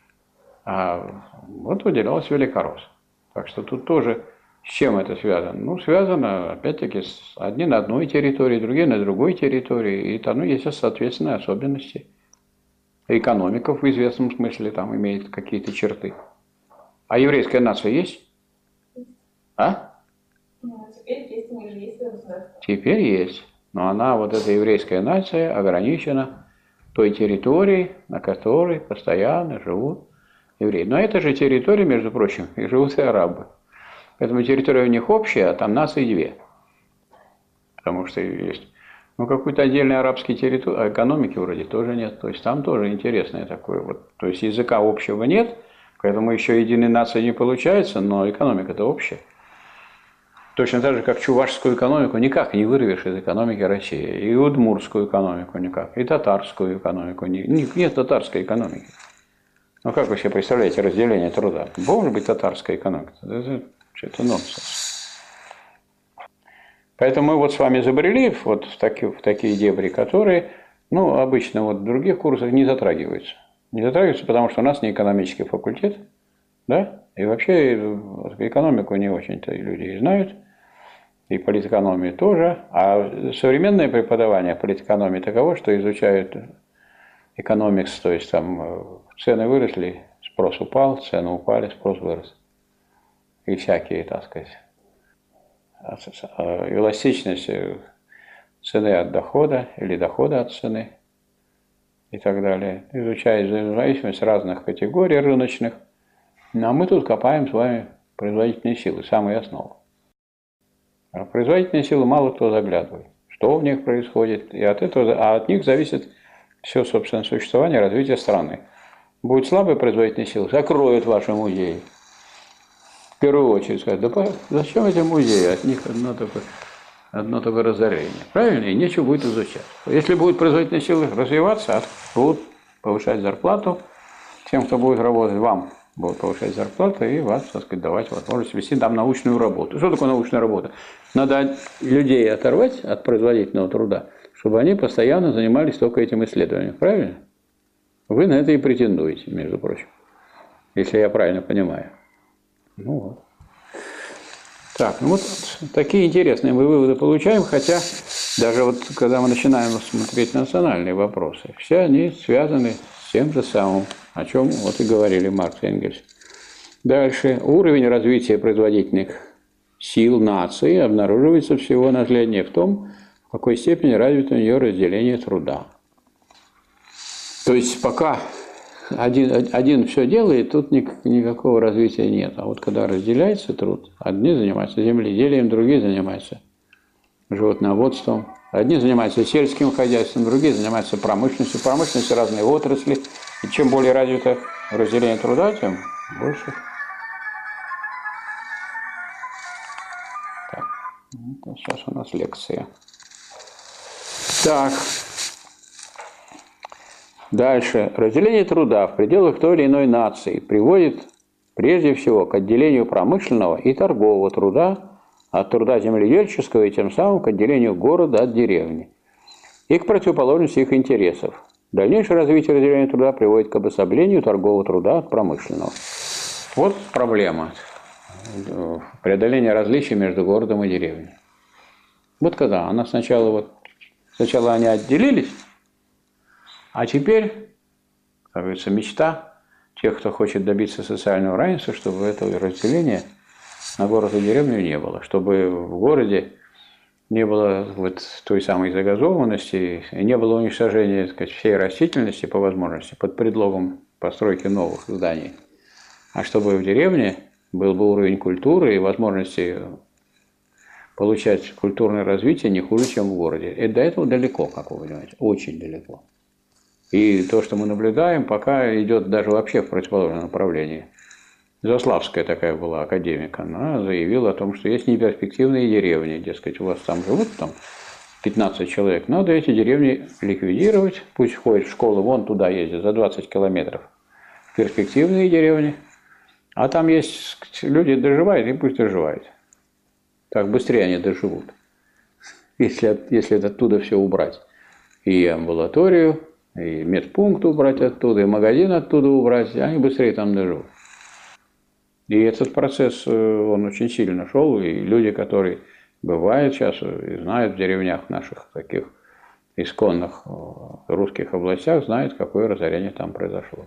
А вот выделялось великоросс. Так что тут тоже с чем это связано? Ну, связано, опять-таки, одни на одной территории, другие на другой территории. И там есть, соответственно, особенности. Экономика в известном смысле там имеет какие-то черты. А еврейская нация есть? А? Ну, теперь есть у них же есть свое государство. Теперь есть. Но она, вот эта еврейская нация, ограничена той территорией, на которой постоянно живут евреи. Но это же территория, между прочим, и живут и арабы. Поэтому территория у них общая, а там нации две. Потому что есть... Ну, какой-то отдельной арабской территории, а экономики вроде тоже нет. То есть там тоже интересное такое. Вот. То есть языка общего нет, поэтому еще единой нации не получается, но экономика-то общая. Точно так же, как чувашскую экономику никак не вырвешь из экономики России. И удмуртскую экономику никак, и татарскую экономику. Нет татарской экономики. Ну, как вы себе представляете разделение труда? Может быть татарская экономика? Это нонсенс. Поэтому мы вот с вами забрели вот в такие дебри, которые, ну, обычно вот в других курсах не затрагиваются. Не затрагиваются, потому что у нас не экономический факультет, да, и вообще экономику не очень-то люди знают, и политэкономию тоже. А современное преподавание политэкономии таково, что изучают экономикс, то есть там цены выросли, спрос упал, цены упали, спрос вырос. И всякие, так сказать, эластичность цены от дохода или дохода от цены и так далее. Изучает взаимозависимость разных категорий рыночных. Ну, а мы тут копаем с вами производительные силы, самые основы. А производительные силы мало кто заглядывает. Что в них происходит, и от них зависит все, собственно, существование, развитие страны. Будет слабая производительная сила, закроют ваши музеи. В первую очередь скажут, да зачем эти музеи, от них одно только разорение. Правильно? И нечего будет изучать. Если будет производительная сила развиваться, будут повышать зарплату тем, кто будет работать, вам будут повышать зарплату и вас, так сказать, давать возможность вести там научную работу. Что такое научная работа? Надо людей оторвать от производительного труда, чтобы они постоянно занимались только этим исследованием. Правильно? Вы на это и претендуете, между прочим. Если я правильно понимаю. Ну вот. Так, ну вот такие интересные мы выводы получаем, хотя даже вот когда мы начинаем смотреть национальные вопросы, все они связаны с тем же самым, о чем вот и говорили Маркс и Энгельс. Дальше. Уровень развития производительных сил нации обнаруживается всего нагляднее в том, в какой степени развито у нее разделение труда. То есть пока один все делает, тут никакого развития нет. А вот когда разделяется труд, одни занимаются земледелием, другие занимаются животноводством, одни занимаются сельским хозяйством, другие занимаются промышленностью. В промышленности разные отрасли. И чем более развито разделение труда, тем больше. Так, сейчас у нас лекция. Так. Дальше. Разделение труда в пределах той или иной нации приводит прежде всего к отделению промышленного и торгового труда от труда земледельческого и тем самым к отделению города от деревни и к противоположности их интересов. Дальнейшее развитие разделения труда приводит к обособлению торгового труда от промышленного. Вот проблема преодоления различий между городом и деревней. Вот когда она сначала они отделились, а теперь, как говорится, мечта тех, кто хочет добиться социального равенства, чтобы этого разделения на город и деревню не было, чтобы в городе не было вот той самой загазованности, не было уничтожения, так сказать, всей растительности по возможности под предлогом постройки новых зданий, а чтобы в деревне был бы уровень культуры и возможности получать культурное развитие не хуже, чем в городе. И до этого далеко, как вы понимаете, очень далеко. И то, что мы наблюдаем, пока идет даже вообще в противоположном направлении. Заславская такая была академик, она заявила о том, что есть неперспективные деревни, дескать, у вас там живут 15 человек, надо эти деревни ликвидировать, пусть ходят в школу, вон туда ездят, за 20 километров. Перспективные деревни, а там есть люди доживают, и пусть доживают. Так быстрее они доживут, если оттуда все убрать. И амбулаторию, и медпункт убрать оттуда, и магазин оттуда убрать, они быстрее там доживут. И этот процесс, он очень сильно шел, и люди, которые бывают сейчас и знают в деревнях наших таких исконных русских областях, знают, какое разорение там произошло.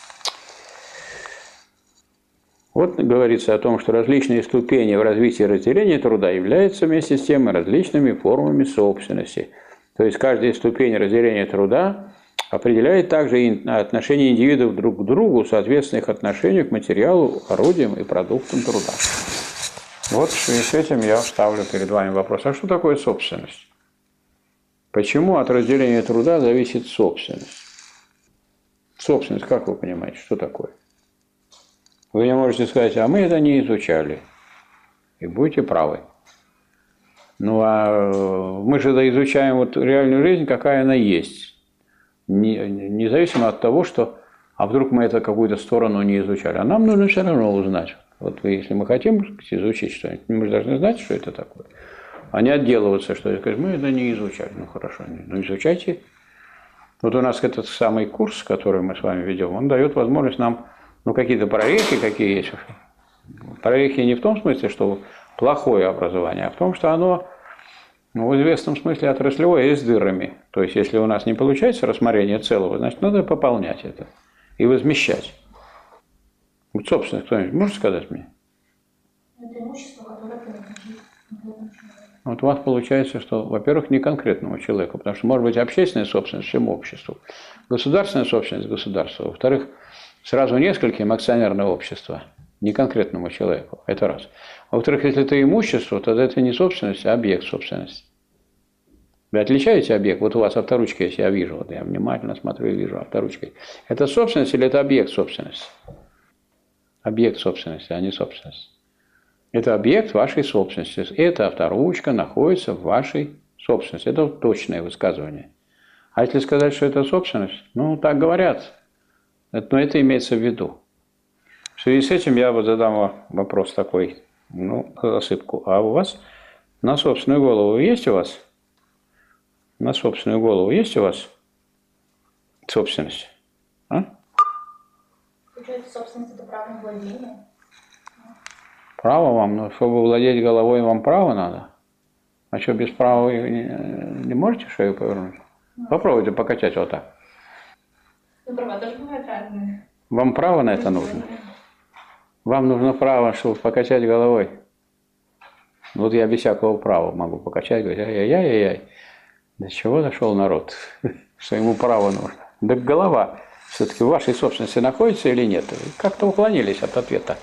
Вот говорится о том, что различные ступени в развитии разделения труда являются вместе с тем и различными формами собственности. То есть каждая ступень разделения труда определяет также и отношение индивидов друг к другу, соответственно их отношению к материалу, орудиям и продуктам труда. Вот и с этим я ставлю перед вами вопрос. А что такое собственность? Почему от разделения труда зависит собственность? Собственность, как вы понимаете, что такое? Вы мне можете сказать, а мы это не изучали. И будете правы. Ну а мы же изучаем вот реальную жизнь, какая она есть. Независимо от того, что, а вдруг мы это какую-то сторону не изучали. А нам нужно все равно узнать. Вот если мы хотим изучить что-нибудь, мы же должны знать, что это такое. А не отделываться, что мы это не изучали. Ну хорошо, ну изучайте. Вот у нас этот самый курс, который мы с вами ведем, он дает возможность нам, какие-то прорехи, какие есть. Прорехи не в том смысле, что плохое образование, а в том, что оно, в известном смысле отраслевое и с дырами. То есть, если у нас не получается рассмотрение целого, значит, надо пополнять это и возмещать. Вот, собственно, кто-нибудь может сказать мне? Это имущество, которое принадлежит конкретному человеку. Вот у вас получается, что, во-первых, не конкретному человеку, потому что может быть общественная собственность всему обществу, государственная собственность государства, во-вторых, сразу нескольким акционерное общество, не конкретному человеку, это раз. Во-вторых, если это имущество, тогда это не собственность, а объект собственности. Вы отличаете объект? Вот у вас авторучка есть, я вижу, вот я внимательно смотрю и вижу авторучкой. Это собственность или это объект собственности? Объект собственности, а не собственность. Это объект вашей собственности. Эта авторучка находится в вашей собственности. Это точное высказывание. А если сказать, что это собственность, ну, так говорят, но это имеется в виду. В связи с этим я вот задам вам вопрос такой, ну, засыпку. А у вас на собственную голову есть у вас? На собственную голову есть у вас собственность? А? Получается, собственность это право на владение. Право вам, но чтобы владеть головой, вам право надо. А что, без права вы не можете шею повернуть? Попробуйте покачать вот так. Ну, права тоже бывают разные. Вам право на это нужно? Вам нужно право, чтобы покачать головой. Вот я без всякого права могу покачать, говорить, ай-яй-яй-яй. До чего дошел народ, что ему право нужно? Да голова все-таки в вашей собственности находится или нет? Как-то уклонились от ответа.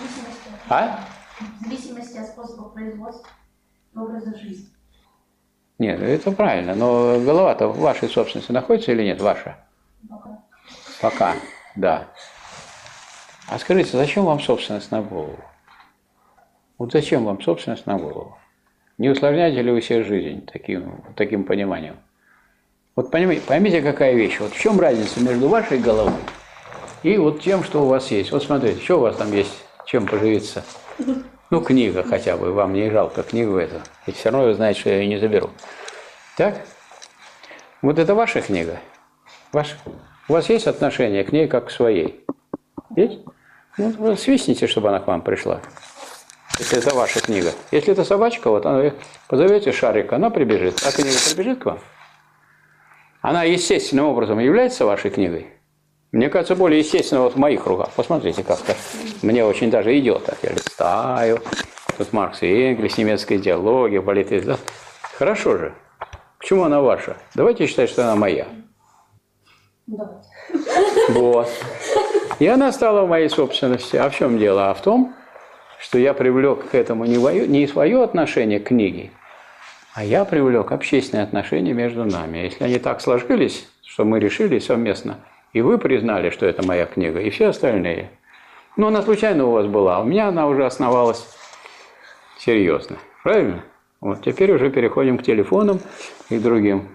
В зависимости от способа производства и образа жизни. Нет, это правильно, но голова-то в вашей собственности находится или нет, ваша? Пока. Пока, да. А скажите, зачем вам собственность на голову? Вот зачем вам собственность на голову? Не усложняете ли вы себе жизнь таким пониманием? Вот поймите, какая вещь. Вот в чем разница между вашей головой и вот тем, что у вас есть? Вот смотрите, что у вас там есть, чем поживиться? Ну, книга хотя бы, вам не жалко книгу эту. И все равно вы знаете, что я ее не заберу. Так? Вот это ваша книга. Ваша. У вас есть отношение к ней как к своей? Есть? Ну, вы свистните, чтобы она к вам пришла. Если это ваша книга. Если это собачка, вот она, позовете Шарика, она прибежит. А книга прибежит к вам? Она естественным образом является вашей книгой? Мне кажется, более естественно вот в моих руках. Посмотрите, как-то мне очень даже идет. Так, я листаю. Тут Маркс и Энгельс, немецкая идеология, политика. Да? Хорошо же. Почему она ваша? Давайте считать, что она моя. Давайте. Вот. И она стала в моей собственности. А в чем дело? А в том, что я привлек к этому не свое отношение к книге, а я привлек общественные отношения между нами. Если они так сложились, что мы решили совместно, и вы признали, что это моя книга, и все остальные. Ну, она случайно у вас была, а у меня она уже основалась серьезно. Правильно? Вот теперь уже переходим к телефонам и другим.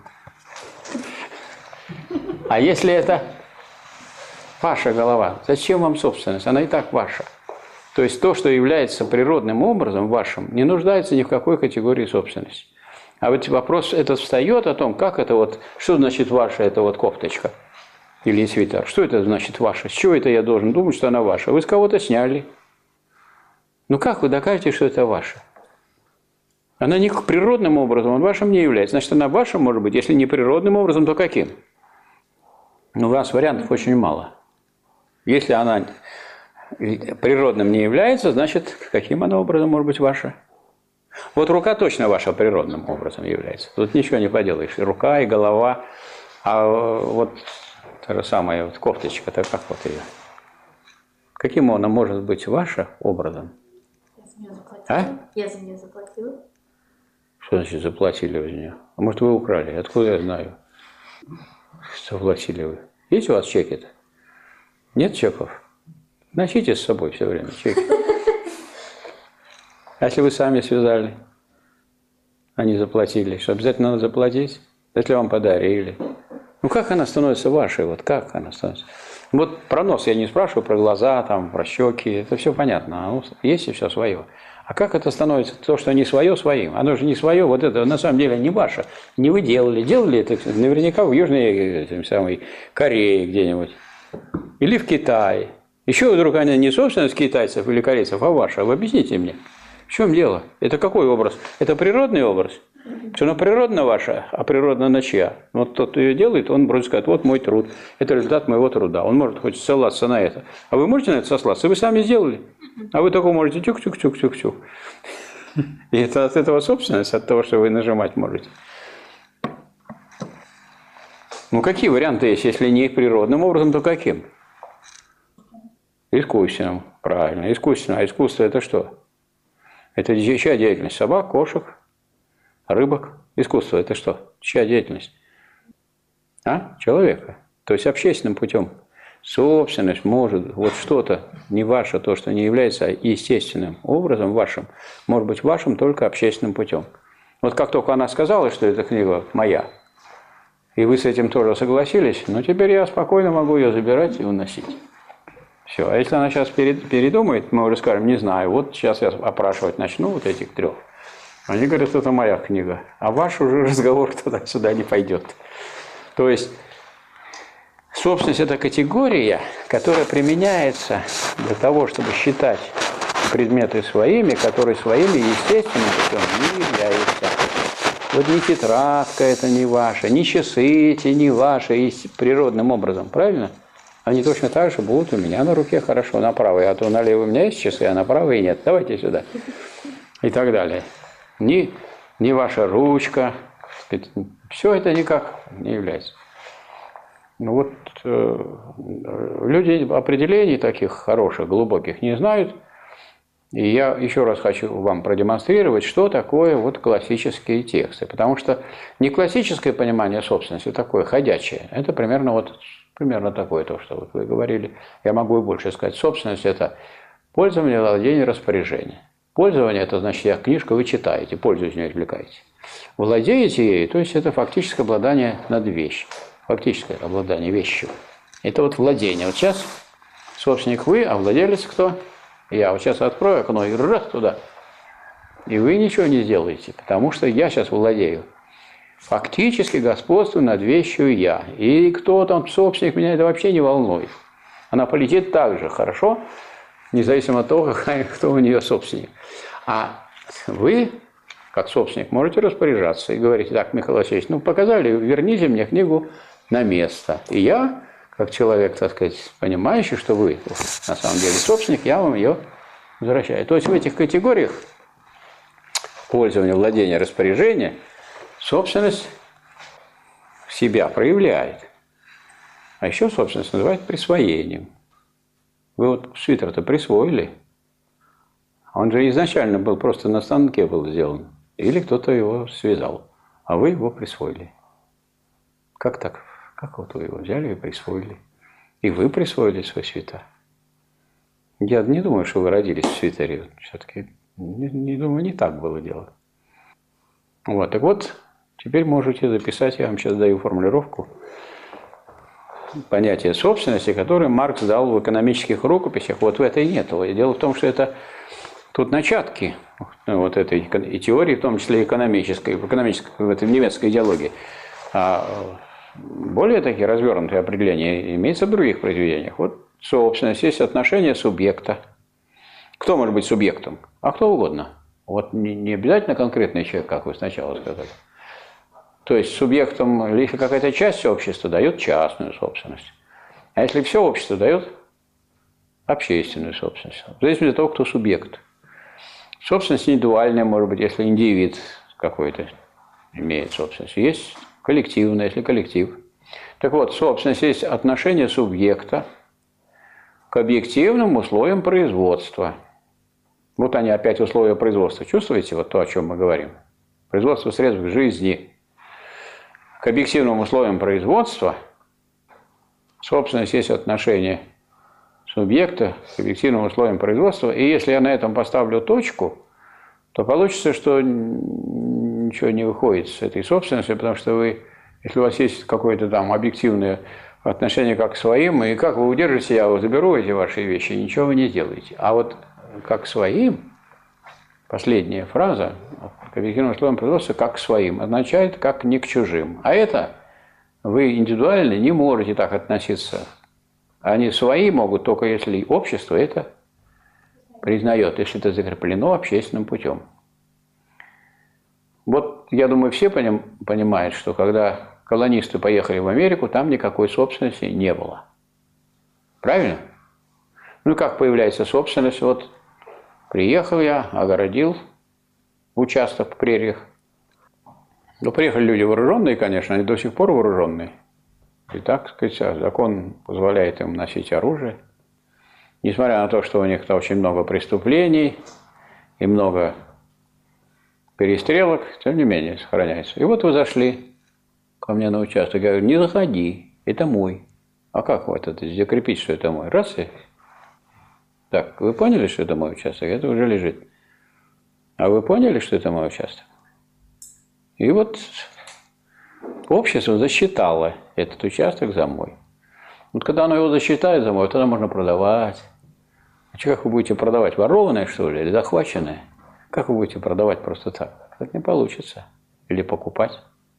А если это ваша голова, зачем вам собственность? Она и так ваша. То есть то, что является природным образом вашим, не нуждается ни в какой категории собственности. А вот вопрос этот встает о том, как это вот, что значит ваша эта вот кофточка или свитер. Что это значит ваша? С чего это я должен думать, что она ваша? Вы с кого-то сняли. Ну как вы докажете, что это ваша? Она не природным образом, он вашим не является. Значит, она ваша, может быть, если не природным образом, то каким? Ну, у вас вариантов очень мало. Если она природным не является, значит, каким она образом может быть ваша? Вот рука точно ваша природным образом является. Тут ничего не поделаешь. И рука, и голова. А вот та же самая вот кофточка-то как вот ее? Каким она может быть ваша образом? Я за нее заплатила. А? Я за нее заплатила. Что значит заплатили вы за нее? А может, вы украли? Откуда я знаю? Заплатили вы. Есть у вас чеки-то? Нет чеков? Носите с собой все время чеки. А если вы сами связали, они заплатили, что обязательно надо заплатить? Если вам подарили. Ну как она становится вашей? Вот как она становится? Вот про нос я не спрашиваю, про глаза, там, про щеки. Это все понятно. Оно есть и все свое. А как это становится то, что не свое, своим? Оно же не свое, вот это на самом деле не ваше. Не вы делали. Делали это наверняка в Южной самой Корее где-нибудь. Или в Китае. Еще вдруг она не собственность китайцев или корейцев, а ваша. Вы объясните мне. В чем дело? Это какой образ? Это природный образ? Что она природно ваша, а природно на чья? Вот тот, кто ее делает, он вроде скажет, вот мой труд, это результат моего труда. Он может хоть ссылаться на это. А вы можете на это сослаться? Вы сами сделали. А вы только можете тюк-тюк-тюк-тюк-тюк. И это от этого собственность, от того, что вы нажимать можете. Ну, какие варианты есть? Если не природным образом, то каким? Искусственным, правильно. Искусственно. А искусство – это что? Это чья деятельность? Собак, кошек, рыбок. Искусство – это что? Чья деятельность? А? Человека. То есть общественным путем. Собственность может, вот что-то не ваше, то, что не является естественным образом вашим, может быть вашим только общественным путем. Вот как только она сказала, что эта книга моя, и вы с этим тоже согласились, ну теперь я спокойно могу ее забирать и уносить. Все. А если она сейчас передумает, мы уже скажем, не знаю, вот сейчас я опрашивать начну вот этих трех. Они говорят, это моя книга. А ваш уже разговор туда-сюда не пойдет. То есть собственность – это категория, которая применяется для того, чтобы считать предметы своими, которые своими естественным путем не являются. Вот ни тетрадка это не ваша, ни часы эти не ваши природным образом, правильно? Они точно так же будут у меня на руке хорошо, на правой, а то на левой у меня есть часы, а на правой нет. Давайте сюда. И так далее. Ни ваша ручка, все это никак не является. Ну вот люди определений таких хороших, глубоких не знают. И я еще раз хочу вам продемонстрировать, что такое вот классические тексты. Потому что не классическое понимание собственности, такое ходячее. Это примерно такое, то, что вот вы говорили. Я могу и больше сказать. Собственность – это пользование, владение, распоряжение. Пользование – это значит, книжку вы читаете, пользу из нее извлекаете. Владеете ею, то есть это фактическое обладание над вещью. Фактическое обладание вещью. Это вот владение. Вот сейчас собственник вы, а владелец кто? Я вот сейчас открою окно и раз туда. И вы ничего не сделаете, потому что я сейчас владею. Фактически господствую над вещью я. И кто там собственник, меня это вообще не волнует. Она полетит так же хорошо, независимо от того, кто у нее собственник. А вы, как собственник, можете распоряжаться и говорить, так, Михаил Васильевич, ну показали, верните мне книгу на место. И я, как человек, так сказать, понимающий, что вы на самом деле собственник, я вам ее возвращаю. То есть в этих категориях пользования, владения, распоряжения собственность себя проявляет. А еще собственность называют присвоением. Вы вот свитер-то присвоили. Он же изначально был просто на станке был сделан. Или кто-то его связал. А вы его присвоили. Как так? Как вот вы его взяли и присвоили? И вы присвоили свой свитер. Я не думаю, что вы родились в свитере. Все-таки не думаю, не так было дело. Вот, так вот, теперь можете записать, я вам сейчас даю формулировку понятия собственности, которое Маркс дал в экономических рукописях. Вот в этой нет. Дело в том, что это тут начатки вот этой и теории, в том числе экономической, в этой немецкой идеологии. А более такие развернутые определения имеются в других произведениях. Вот собственность есть отношение субъекта. Кто может быть субъектом? А кто угодно. Вот не обязательно конкретный человек, как вы сначала сказали. То есть субъектом, если какая-то часть общества дает частную собственность, а если все общество дает общественную собственность. В зависимости от того, кто субъект. Собственность индивидуальная, может быть, если индивид какой-то имеет собственность. Есть коллективная, если коллектив. Так вот, собственность есть отношение субъекта к объективным условиям производства. Вот они опять условия производства. Чувствуете вот то, о чем мы говорим? Производство средств к жизни. К объективным условиям производства собственность есть отношение субъекта к объективным условиям производства. И если я на этом поставлю точку, то получится, что ничего не выходит с этой собственностью, потому что вы, если у вас есть какое-то там объективное отношение как к своим, и как вы удержите, я заберу эти ваши вещи, ничего вы не делаете. А вот как к своим, последняя фраза, к объективным условиям производства, как к своим, означает как не к чужим. А это вы индивидуально не можете так относиться. Они свои могут только если общество это признает, если это закреплено общественным путем. Вот, я думаю, все понимают, что когда колонисты поехали в Америку, там никакой собственности не было. Правильно? Ну, как появляется собственность? Вот приехал я, огородил участок в прериях. Но приехали люди вооруженные, конечно, они до сих пор вооруженные. И так сказать, закон позволяет им носить оружие. Несмотря на то, что у них очень много преступлений и много перестрелок, тем не менее сохраняется. И вот вы зашли ко мне на участок. Я говорю, не заходи, это мой. А как вот это закрепить, что это мой? Раз и... Так, вы поняли, что это мой участок? Это уже лежит. А вы поняли, что это мой участок? И вот общество засчитало этот участок за мой. Вот когда оно его засчитает за мой, тогда можно продавать. А что, как вы будете продавать? Ворованное, что ли, или захваченное? Как вы будете продавать просто так? Так не получится. Или покупать.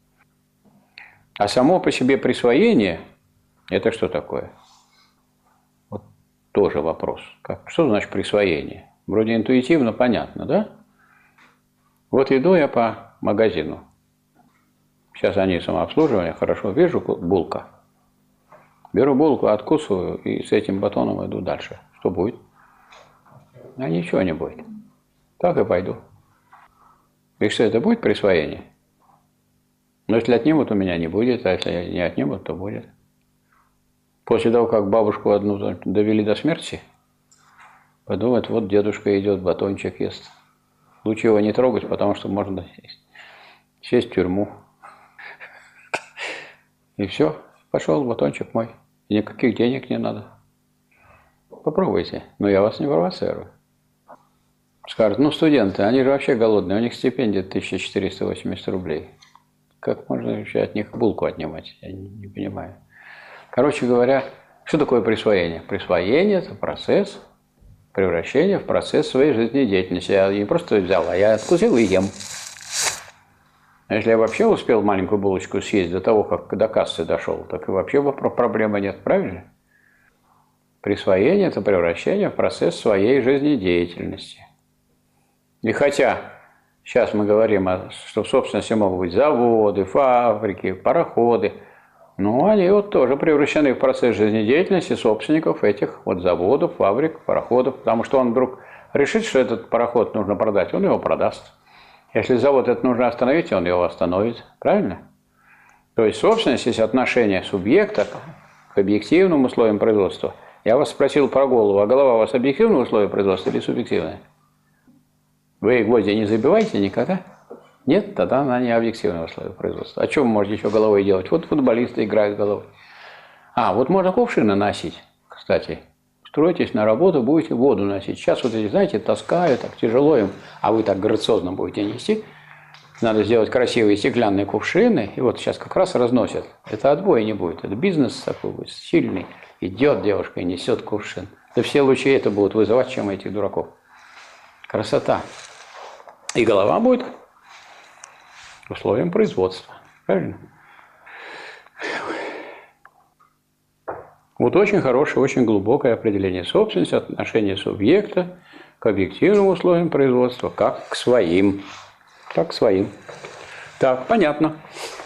А само по себе присвоение, это что такое? Вот тоже вопрос. Что значит присвоение? Вроде интуитивно понятно, да? Вот иду я по магазину. Сейчас они самообслуживание, хорошо, вижу булка. Беру булку, откусываю и с этим батоном иду дальше. Что будет? А ничего не будет. Так и пойду. И что, это будет присвоение? Но если отнимут, у меня не будет, а если не отнимут, то будет. После того, как бабушку одну довели до смерти, подумают, вот дедушка идет, батончик ест. Лучше его не трогать, потому что можно сесть в тюрьму. И все, пошел батончик мой. Никаких денег не надо. Попробуйте, но я вас не провоцирую. Скажут, ну студенты, они же вообще голодные, у них стипендия 1480 рублей. Как можно еще от них булку отнимать? Я не понимаю. Короче говоря, что такое присвоение? Присвоение – это процесс превращения в процесс своей жизнедеятельности. Я не просто взял, а я откусил и ем. А если я вообще успел маленькую булочку съесть до того, как до кассы дошел, так и вообще проблемы нет, правильно? Присвоение – это превращение в процесс своей жизнедеятельности. И хотя сейчас мы говорим, что в собственности могут быть заводы, фабрики, пароходы, но они вот тоже превращены в процесс жизнедеятельности собственников этих вот заводов, фабрик, пароходов, потому что он вдруг решит, что этот пароход нужно продать, он его продаст. Если завод это нужно остановить, он его остановит. Правильно? То есть собственность есть отношение субъекта к объективным условиям производства. Я вас спросил про голову, а голова у вас объективное условие производства или субъективное? Вы гвозди не забиваете никогда? Нет? Тогда она не объективное условие производства. А что вы можете еще головой делать? Вот футболисты играют головой. А, вот можно кувшины носить, кстати. Строитесь на работу, будете воду носить. Сейчас вот эти, знаете, таскают, так тяжело им, а вы так грациозно будете нести. Надо сделать красивые стеклянные кувшины, и вот сейчас как раз разносят. Это отбоя не будет, это бизнес такой будет сильный. Идет девушка и несет кувшин. Да все лучше это будут вызывать, чем этих дураков. Красота. И голова будет условием производства. Правильно? Вот очень хорошее, очень глубокое определение собственности, отношение субъекта к объективным условиям производства, как к своим. Так, к своим. Так, понятно.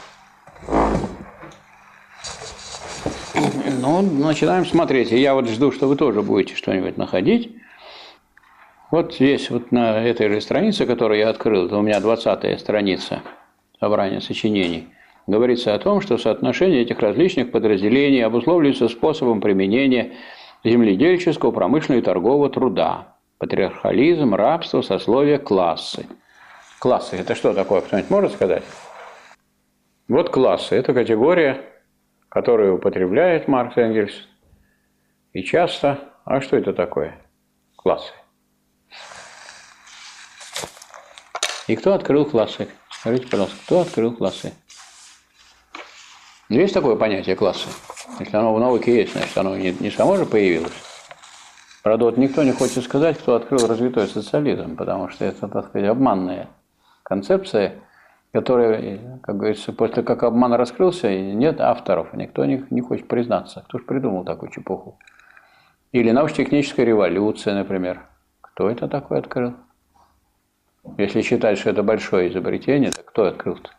Ну, начинаем смотреть. И я вот жду, что вы тоже будете что-нибудь находить. Вот здесь, вот на этой же странице, которую я открыл, это у меня 20-я страница собрания сочинений, говорится о том, что соотношение этих различных подразделений обусловливается способом применения земледельческого, промышленного и торгового труда. Патриархализм, рабство, сословие, классы. Классы – это что такое? Кто-нибудь может сказать? Вот классы – это категория, которую употребляет Маркс и Энгельс. И часто… А что это такое? Классы. И кто открыл классы? Скажите, пожалуйста, кто открыл классы? Есть такое понятие классы? Если оно в науке есть, значит, оно не само же появилось. Правда, вот никто не хочет сказать, кто открыл развитой социализм, потому что это, так сказать, обманная концепция, которая, как говорится, после как обман раскрылся, нет авторов, никто не хочет признаться. Кто же придумал такую чепуху? Или научно-техническая революция, например. Кто это такое открыл? Если считать, что это большое изобретение, то кто открыл-то?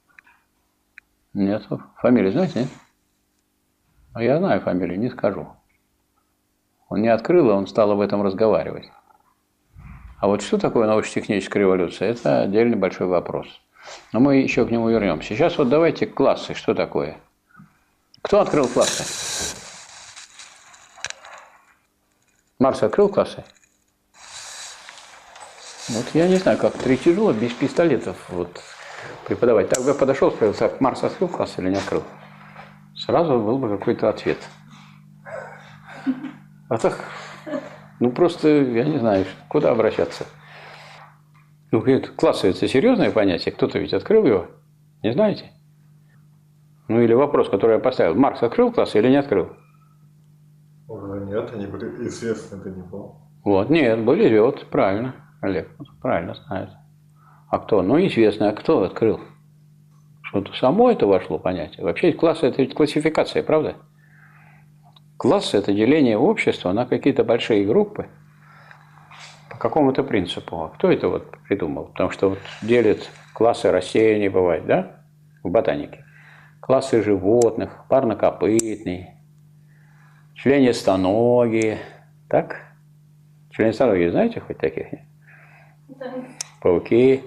Нет. Фамилию знаете, нет? А я знаю фамилию, не скажу. Он не открыл, а он стал об этом разговаривать. А вот что такое научно-техническая революция, это отдельный большой вопрос. Но мы еще к нему вернемся. Сейчас вот давайте классы. Что такое? Кто открыл классы? Маркс открыл классы? Вот я не знаю, как это тяжело без пистолетов вот, преподавать. Так бы я подошел, сказал, так, Маркс открыл класс или не открыл? Сразу был бы какой-то ответ. А так, ну просто, я не знаю, куда обращаться. Ну, классы – это серьезное понятие, кто-то ведь открыл его, не знаете? Ну, или вопрос, который я поставил, Маркс открыл классы или не открыл? Уже нет, они были известны, это не было. Вот, нет, были, вот, правильно, Олег, правильно знает. А кто? Ну, известно, а кто открыл? Что-то само это вошло понятие. Вообще, классы – это ведь классификация, правда? Классы – это деление общества на какие-то большие группы по какому-то принципу. А кто это вот придумал? Потому что вот делят классы растений, бывает, да, в ботанике. Классы животных, парнокопытные, членистоногие, так? Членистоногие знаете хоть таких? Да. Пауки,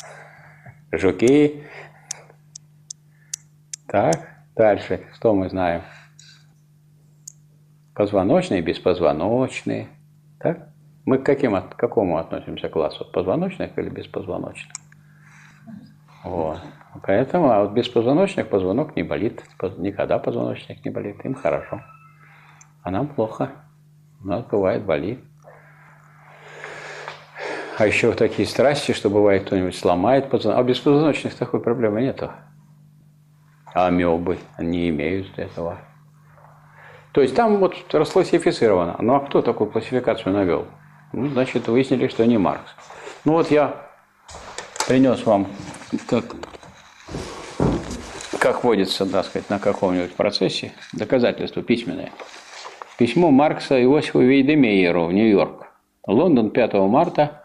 жуки. Так, дальше, что мы знаем? Позвоночные, беспозвоночные. Так? Мы к какому относимся классу? Позвоночных или беспозвоночных? Вот. Поэтому, а вот беспозвоночных позвонок не болит. Никогда позвоночник не болит. Им хорошо. А нам плохо. У нас бывает болит. А еще вот такие страсти, что бывает кто-нибудь сломает позвоночник. А у беспозвоночных такой проблемы нету. А амебы не имеют этого. То есть там вот расклассифицировано. Ну а кто такую классификацию навел? Ну, значит, выяснили, что не Маркс. Ну вот я принес вам, как водится, так сказать, на каком-нибудь процессе, доказательство письменное. Письмо Маркса Иосифу Вейдемейеру в Нью-Йорк. Лондон, 5 марта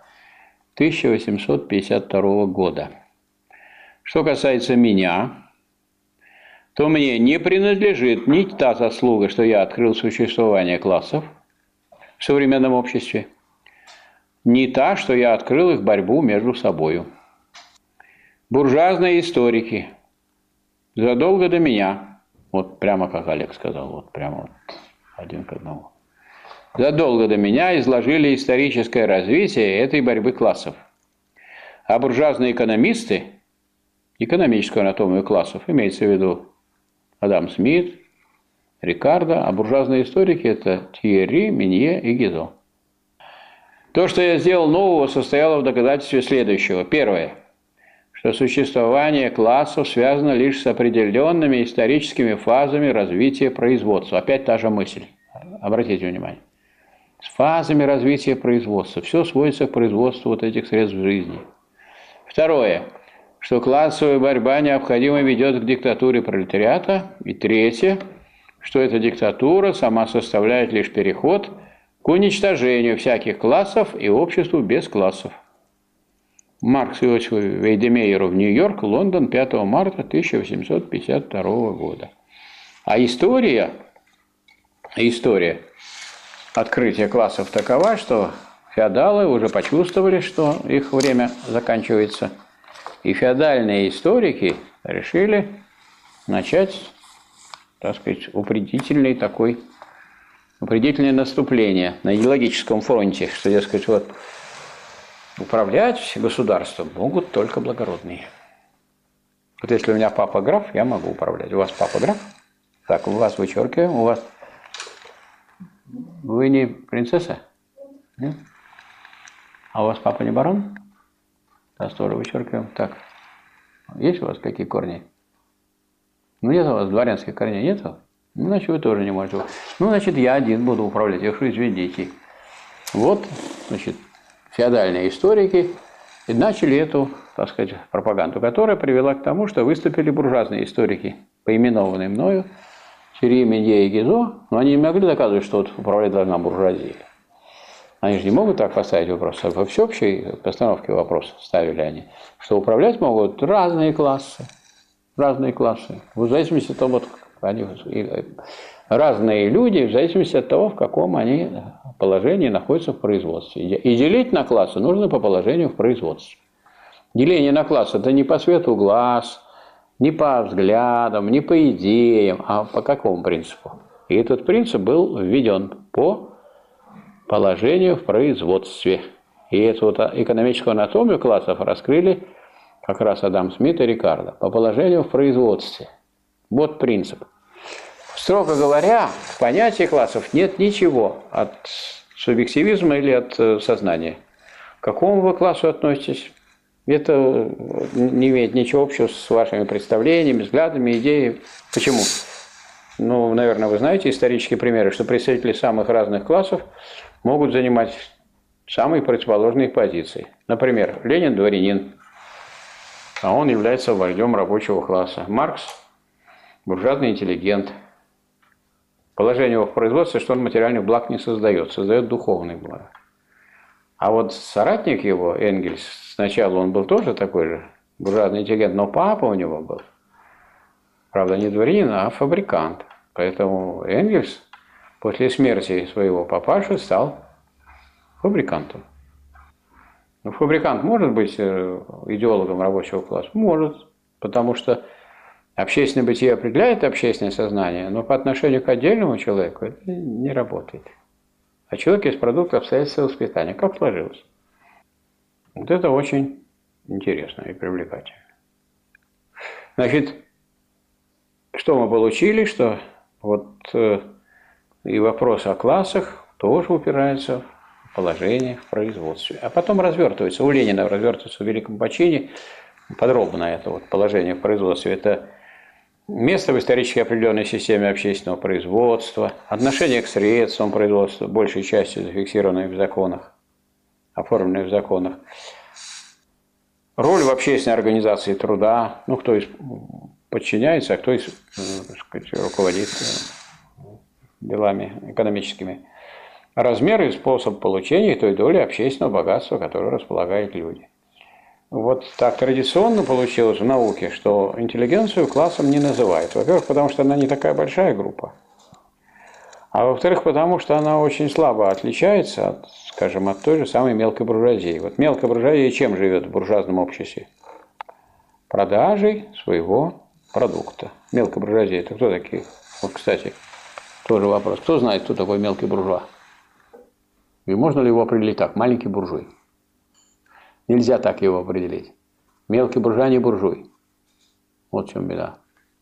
1852 года. Что касается меня, то мне не принадлежит ни та заслуга, что я открыл существование классов в современном обществе, ни та, что я открыл их борьбу между собою. Буржуазные историки задолго до меня, вот прямо как Олег сказал, вот прямо вот один к одному, задолго до меня изложили историческое развитие этой борьбы классов. А буржуазные экономисты, экономическую анатомию классов, имеется в виду Адам Смит, Рикардо, а буржуазные историки – это Тьерри, Минье и Гизо. То, что я сделал нового, состояло в доказательстве следующего. Первое, что существование классов связано лишь с определенными историческими фазами развития производства. Опять та же мысль. Обратите внимание. С фазами развития производства. Все сводится к производству вот этих средств жизни. Второе, что классовая борьба необходимо ведет к диктатуре пролетариата. И третье, что эта диктатура сама составляет лишь переход к уничтожению всяких классов и обществу без классов. Маркс Иосифу Вейдемейеру в Нью-Йорк, Лондон, 5 марта 1852 года. А история открытия классов такова, что феодалы уже почувствовали, что их время заканчивается. И феодальные историки решили начать, так сказать, упредительное наступление на идеологическом фронте, что, дескать, вот управлять государством могут только благородные. Вот если у меня папа граф, я могу управлять. У вас папа граф? Так, у вас вычеркиваем, у вас... Вы не принцесса? Нет? А у вас папа не барон? Да, тоже вычеркиваем. Так, есть у вас какие корни? Ну, нет у вас дворянских корней, нету? Ну, значит, вы тоже не можете. Ну, значит, я один буду управлять, я что, извините. Вот, значит, феодальные историки и начали эту, так сказать, пропаганду, которая привела к тому, что выступили буржуазные историки, поименованные мною, Тьерри, Минье и Гизо, но они не могли доказывать, что вот управлять должна буржуазия. Они же не могут так поставить вопрос. Во всеобщей постановке вопроса ставили они, что управлять могут разные классы. Разные классы. В зависимости от того, вот, они, разные люди, в зависимости от того, в каком они положении находится в производстве. И делить на классы нужно по положению в производстве. Деление на классы – это не по свету глаз, не по взглядам, не по идеям, а по какому принципу? И этот принцип был введен по положению в производстве. И эту вот экономическую анатомию классов раскрыли как раз Адам Смит и Рикардо по положению в производстве. Вот принцип. Строго говоря, в понятии классов нет ничего от субъективизма или от сознания. К какому вы классу относитесь? Это не имеет ничего общего с вашими представлениями, взглядами, идеями. Почему? Ну, наверное, вы знаете исторические примеры, что представители самых разных классов могут занимать самые противоположные позиции. Например, Ленин – дворянин, а он является вождем рабочего класса. Маркс – буржуазный интеллигент. Положение его в производстве, что он материальных благ не создает, создает духовные блага. А вот соратник его, Энгельс, сначала он был тоже такой же буржуазный интеллигент, но папа у него был, правда, не дворянин, а фабрикант. Поэтому Энгельс после смерти своего папаши стал фабрикантом. Ну, фабрикант может быть идеологом рабочего класса? Может, потому что общественное бытие определяет общественное сознание, но по отношению к отдельному человеку это не работает. А человек есть продукт обстоятельств воспитания. Как сложилось? Вот это очень интересно и привлекательно. Значит, что мы получили? Что вот и вопрос о классах тоже упирается в положение в производстве. А потом развертывается. У Ленина развертывается в Великом Почине подробно это вот положение в производстве. Это место в исторически определенной системе общественного производства, отношение к средствам производства, большей частью зафиксированные в законах, оформленные в законах, роль в общественной организации труда, ну, кто подчиняется, а кто руководит делами экономическими, размер и способ получения той доли общественного богатства, которое располагают люди. Вот так традиционно получилось в науке, что интеллигенцию классом не называют. Во-первых, потому что она не такая большая группа. А во-вторых, потому что она очень слабо отличается от, скажем, от той же самой мелкой буржуазии. Вот мелкая буржуазия чем живет в буржуазном обществе? Продажей своего продукта. Мелкая буржуазия – это кто такие? Вот, кстати, тоже вопрос. Кто знает, кто такой мелкий буржуа? И можно ли его определить так? Маленький буржуй. Нельзя так его определить. Мелкий буржуа не буржуй. Вот в чем беда.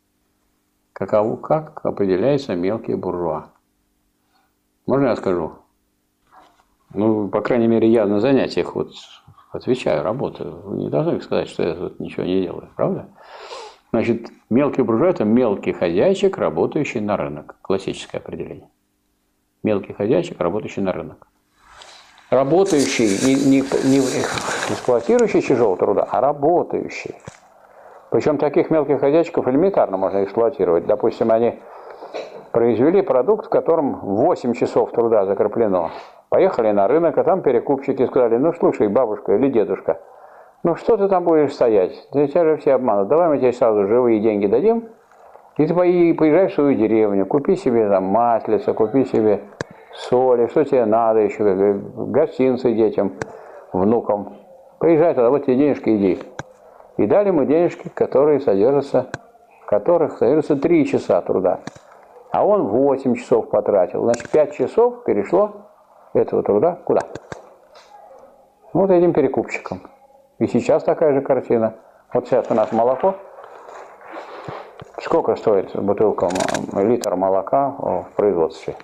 Как определяется мелкий буржуа? Можно я скажу? Ну, по крайней мере, я на занятиях вот отвечаю, работаю. Вы не должны сказать, что я тут ничего не делаю, правда? Значит, мелкий буржуа – это мелкий хозяйчик, работающий на рынок. Классическое определение. Мелкий хозяйчик, работающий на рынок. Работающий, не эксплуатирующий чужого труда, а работающий. Причем таких мелких хозяйчиков элементарно можно эксплуатировать. Допустим, они произвели продукт, в котором 8 часов труда закреплено. Поехали на рынок, а там перекупщики сказали: ну слушай, бабушка или дедушка, ну что ты там будешь стоять? Тебя же все обманут. Давай мы тебе сразу живые деньги дадим, и ты поезжай в свою деревню, купи себе там маслица, купи себе соли, что тебе надо еще, гостинцы детям, внукам. Поезжай туда, вот тебе денежки, иди. И дали мы денежки, в которых содержится 3 часа труда. А он 8 часов потратил. Значит, 5 часов перешло этого труда куда? Вот этим перекупщикам. И сейчас такая же картина. Вот сейчас у нас молоко. Сколько стоит бутылка, литр молока в производстве?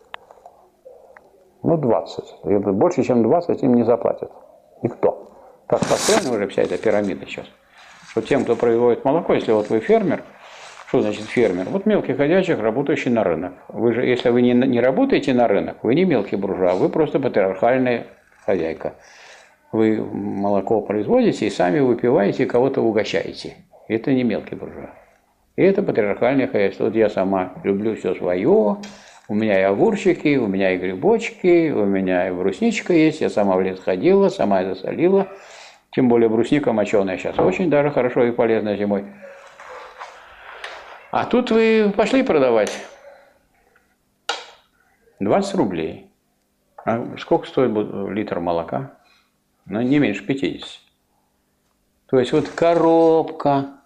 Ну, 20. И больше, чем 20 им не заплатят. Никто. Так построена уже вся эта пирамида сейчас. Что тем, кто производит молоко, если вот вы фермер, что значит фермер? Вот мелкий хозяйчик, работающий на рынок. Вы же, если вы не работаете на рынок, вы не мелкий буржуа, вы просто патриархальная хозяйка. Вы молоко производите и сами выпиваете, и кого-то угощаете. Это не мелкий буржуа. И это патриархальное хозяйство. Вот я сама люблю все свое. У меня и огурчики, у меня и грибочки, у меня и брусничка есть. Я сама в лес ходила, сама и засолила. Тем более брусника моченая сейчас очень даже хорошо и полезно зимой. А тут вы пошли продавать 20 рублей. А сколько стоит литр молока? Ну, не меньше 50. То есть вот коробка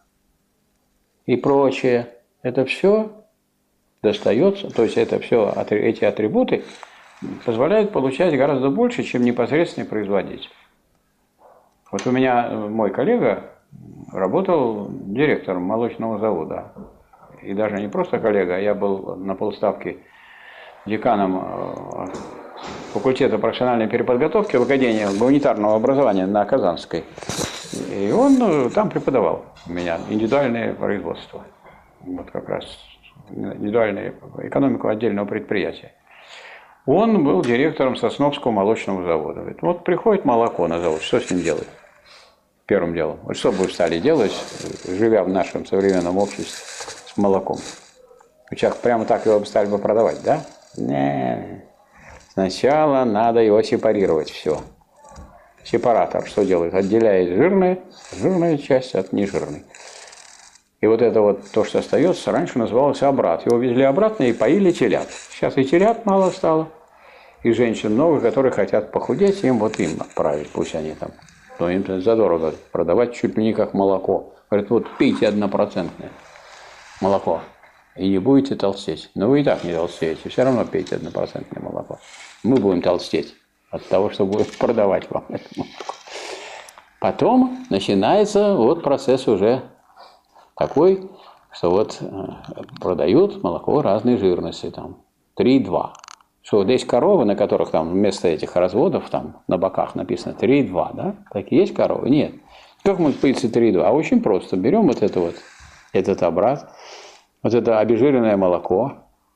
и прочее, это все достается, то есть это все, эти атрибуты позволяют получать гораздо больше, чем непосредственный производитель. Вот у меня мой коллега работал директором молочного завода. И даже не просто коллега, а я был на полставки деканом факультета профессиональной переподготовки в Академии гуманитарного образования на Казанской. И он там преподавал у меня индивидуальное производство. Вот как раз индивидуальную экономику отдельного предприятия. Он был директором Сосновского молочного завода. Говорит, вот приходит молоко на завод, что с ним делать? Первым делом. Вот что бы вы стали делать, живя в нашем современном обществе с молоком? Вы прямо так его стали бы продавать, да? Не. Сначала надо его сепарировать, все. Сепаратор что делает? Отделяет жирную часть от нежирной. И вот это вот то, что остается, раньше называлось обрат. Его везли обратно и поили телят. Сейчас и телят мало стало, и женщин много, которые хотят похудеть, им отправить, пусть они там. Но им задорого продавать чуть ли не как молоко. Говорят, вот пейте 1% молоко, и не будете толстеть. Но вы и так не толстеете, все равно пейте 1% молоко. Мы будем толстеть от того, что будем продавать вам это молоко. Потом начинается вот процесс уже такой, что вот продают молоко разной жирности, там 3,2. Что вот есть коровы, на которых там вместо этих разводов там на боках написано 3,2, да? Такие есть коровы? Нет. Как может появиться 3,2? А очень просто. Берем вот этот обрат, вот это обезжиренное молоко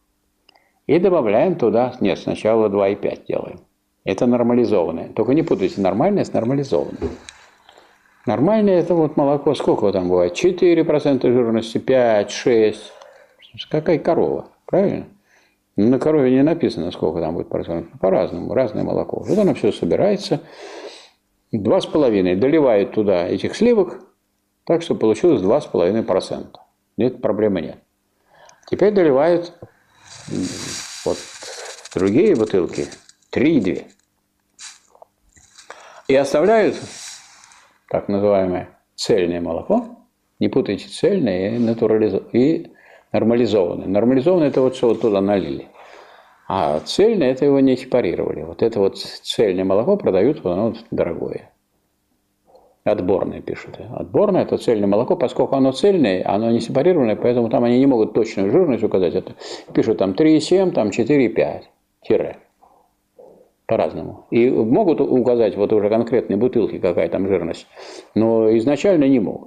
и добавляем туда, нет, сначала 2,5 делаем. Это нормализованное. Только не путайте нормальное с нормализованным. Нормальное это вот молоко, сколько там бывает? 4% жирности, 5, 6. Какая корова, правильно? На корове не написано, сколько там будет процентов. По-разному, разное молоко. Вот оно все собирается. 2,5 доливают туда этих сливок, так что получилось 2,5%. Нет, проблемы нет. Теперь доливают вот другие бутылки 3,2. И оставляют так называемое цельное молоко. Не путайте цельное и нормализованное. Нормализованное – это вот что вот туда налили. А цельное – это его не сепарировали. Вот это вот цельное молоко продают, оно вот дорогое. Отборное пишут. Отборное – это цельное молоко, поскольку оно цельное, оно не сепарированное, поэтому там они не могут точную жирность указать. Это пишут там 3,7, там 4,5. Тире. По-разному. И могут указать вот уже конкретные бутылки, какая там жирность, но изначально не могут.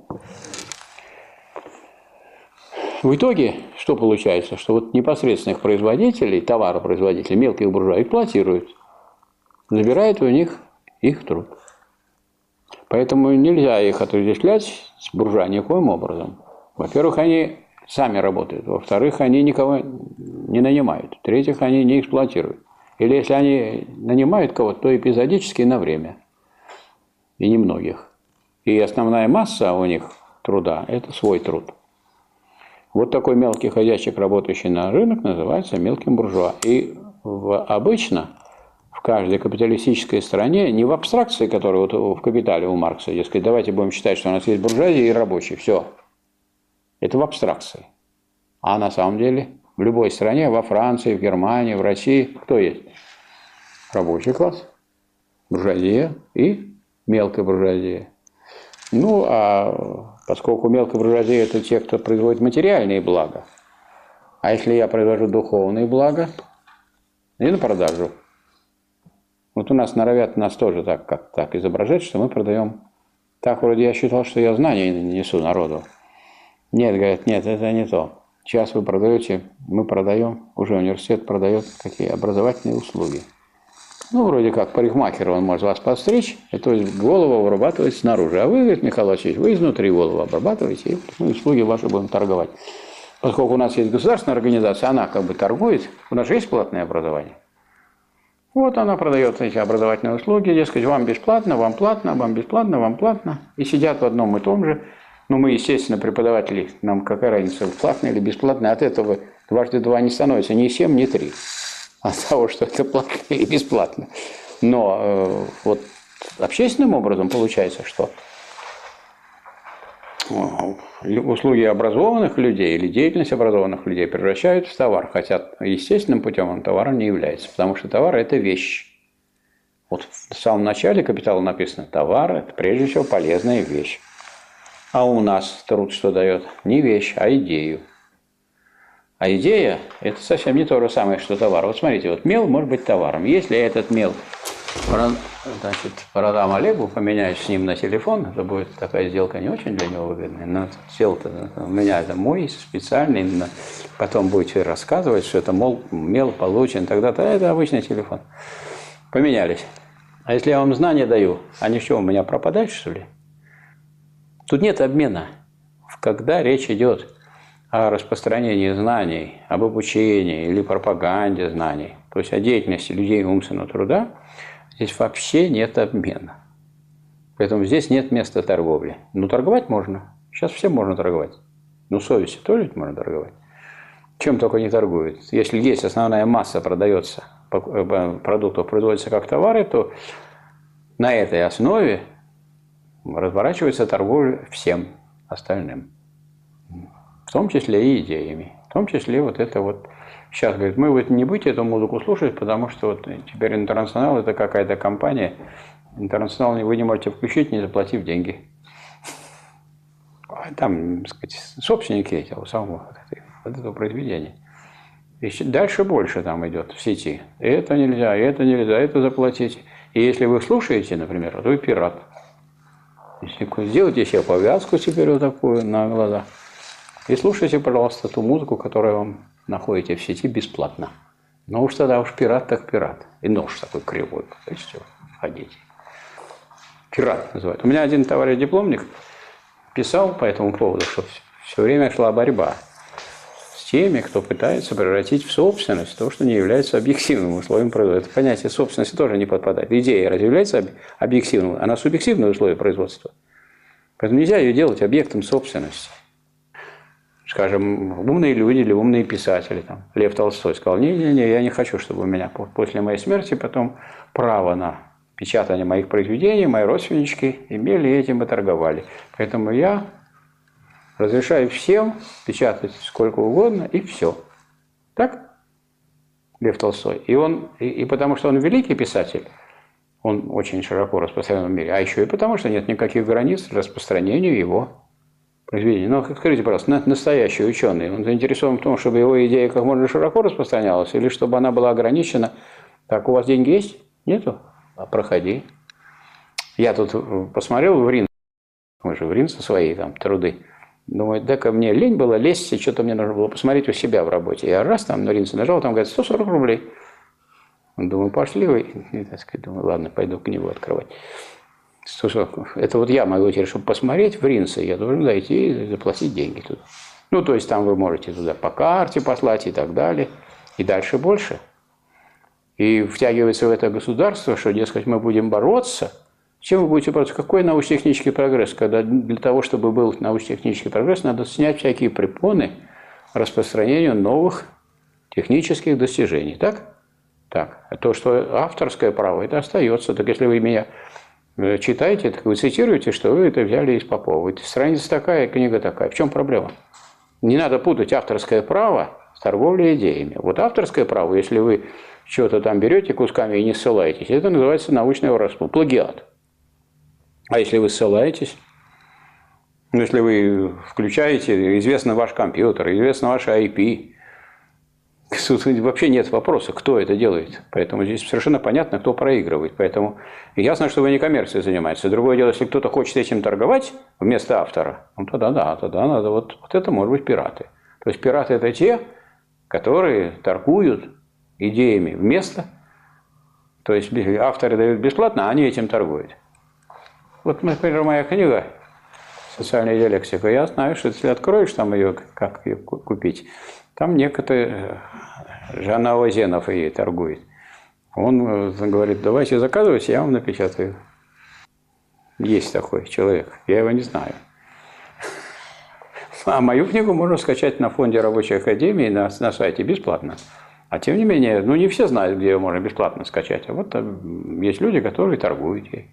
В итоге, что получается? Что вот непосредственных производителей, товаропроизводителей, мелких буржуа эксплуатируют, забирают у них их труд. Поэтому нельзя их отождествлять с буржуа никоим образом. Во-первых, они сами работают. Во-вторых, они никого не нанимают. В-третьих, они не эксплуатируют. Или если они нанимают кого-то, то эпизодически на время. И немногих. И основная масса у них труда – это свой труд. Вот такой мелкий ходячик, работающий на рынок, называется мелким буржуа. И обычно в каждой капиталистической стране, не в абстракции, которая вот в «Капитале» у Маркса, дескать, давайте будем считать, что у нас есть буржуазия и рабочий, все. Это в абстракции. А на самом деле в любой стране, во Франции, в Германии, в России, кто есть? Рабочий класс, буржуазия и мелкая буржуазия. Ну, а поскольку мелкая буржуазия – это те, кто производит материальные блага, а если я произвожу духовные блага, и на продажу. Вот у нас норовят нас тоже так изображать, что мы продаем. Так вроде я считал, что я знания несу народу. Нет, говорят, нет, это не то. Сейчас вы продаете, мы продаем, уже университет продает какие образовательные услуги. Ну, вроде как парикмахер, он может вас подстричь, и то есть голову обрабатывать снаружи. А вы, говорит, Михаил Васильевич, вы изнутри голову обрабатываете, и мы услуги ваши будем торговать. Поскольку у нас есть государственная организация, она как бы торгует, у нас же есть платное образование. Вот она продает эти образовательные услуги, дескать, вам бесплатно, вам платно, вам бесплатно, вам платно. И сидят в одном и том же. Ну, мы, естественно, преподаватели, нам какая разница, платно или бесплатно, от этого 2 × 2 не становится ни 7, ни 3. от того, что это платно или бесплатно. Но вот общественным образом получается, что услуги образованных людей или деятельность образованных людей превращают в товар, хотя естественным путем он товаром не является, потому что товар – это вещь. Вот в самом начале капитала написано: товар – это прежде всего полезная вещь. А у нас труд что дает? Не вещь, а идею. А идея – это совсем не то же самое, что товар. Вот смотрите, вот мел может быть товаром. Если я этот мел продам Олегу, поменяюсь с ним на телефон, это будет такая сделка не очень для него выгодная. Но сделка у меня это мой специальный, потом будете рассказывать, что это мел получен, тогда-то это обычный телефон. Поменялись. А если я вам знания даю, они что, у меня пропадают, что ли? Тут нет обмена. Когда речь идет о распространении знаний, об обучении или пропаганде знаний, то есть о деятельности людей умственного труда, здесь вообще нет обмена. Поэтому здесь нет места торговли. Ну, торговать можно. Сейчас всем можно торговать. Ну, совестью тоже можно торговать. Чем только не торгуют. Если есть основная масса продается, продуктов производится как товары, то на этой основе разворачивается торговля всем остальным. В том числе и идеями. В том числе вот это вот. Сейчас, говорит, мы вот не будете эту музыку слушать, потому что вот теперь Интернационал – это какая-то компания. Интернационал вы не можете включить, не заплатив деньги. Там, так сказать, собственники этого самого вот этого произведения. И дальше больше там идет в сети. Это нельзя, это заплатить. И если вы слушаете, например, то вы пират. Сделайте себе повязку теперь вот такую на глаза. И слушайте, пожалуйста, ту музыку, которую вам находите в сети бесплатно. Ну уж тогда уж пират так пират. И нож такой кривой. То есть все, ходите. Пират называют. У меня один товарищ дипломник писал по этому поводу, что все время шла борьба с теми, кто пытается превратить в собственность то, что не является объективным условием производства. Это понятие собственности тоже не подпадает. Идея развивается объективным, она субъективное условие производства. Поэтому нельзя ее делать объектом собственности. Скажем, умные люди или умные писатели, там, Лев Толстой сказал: не-не-не, я не хочу, чтобы у меня после моей смерти потом право на печатание моих произведений, мои родственнички имели и этим и торговали. Поэтому я разрешаю всем печатать сколько угодно, и все. Так? Лев Толстой. И потому что он великий писатель, он очень широко распространен в мире, а еще и потому, что нет никаких границ распространению его произведений. Но скажите, пожалуйста, настоящий ученый, он заинтересован в том, чтобы его идея как можно широко распространялась, или чтобы она была ограничена? Так, у вас деньги есть? Нету? А проходи. Я тут посмотрел в Рин, мы же в Рин со свои там труды. Думаю, да-ка мне лень было лезть, и что-то мне нужно было посмотреть у себя в работе. Я раз там на Ринце нажал, там говорит 140 рублей. Думаю, пошли вы. И, так сказать, думаю, ладно, пойду книгу открывать. 140. Это вот я могу теперь, чтобы посмотреть в Ринце, я должен зайти и заплатить деньги туда. Ну, то есть там вы можете туда по карте послать и так далее. И дальше больше. И втягивается в это государство, что, дескать, мы будем бороться. С чем вы будете бороться? Какой научно-технический прогресс? Когда для того, чтобы был научно-технический прогресс, надо снять всякие препоны распространению новых технических достижений. Так? Так. А то, что авторское право, это остается. Так если вы меня читаете, так вы цитируете, что вы это взяли из Попова. Страница такая, книга такая. В чем проблема? Не надо путать авторское право с торговлей идеями. Вот авторское право, если вы что-то там берете кусками и не ссылаетесь, это называется научное воровство, плагиат. А если вы ссылаетесь, если вы включаете, известно ваш компьютер, известно ваше IP, тут вообще нет вопроса, кто это делает. Поэтому здесь совершенно понятно, кто проигрывает. Поэтому ясно, что вы не коммерцией занимаетесь. Другое дело, если кто-то хочет этим торговать вместо автора, ну тогда да, тогда надо, вот это может быть пираты. То есть пираты – это те, которые торгуют идеями вместо, то есть авторы дают бесплатно, а они этим торгуют. Вот, например, моя книга «Социальная диалектика», я знаю, что если откроешь там ее, как ее купить, там некоторые, Жанна Озенов ей торгует. Он говорит, давайте заказывайте, я вам напечатаю. Есть такой человек, я его не знаю. А мою книгу можно скачать на фонде Рабочей Академии на сайте бесплатно. А тем не менее, ну не все знают, где ее можно бесплатно скачать. А вот там есть люди, которые торгуют ей.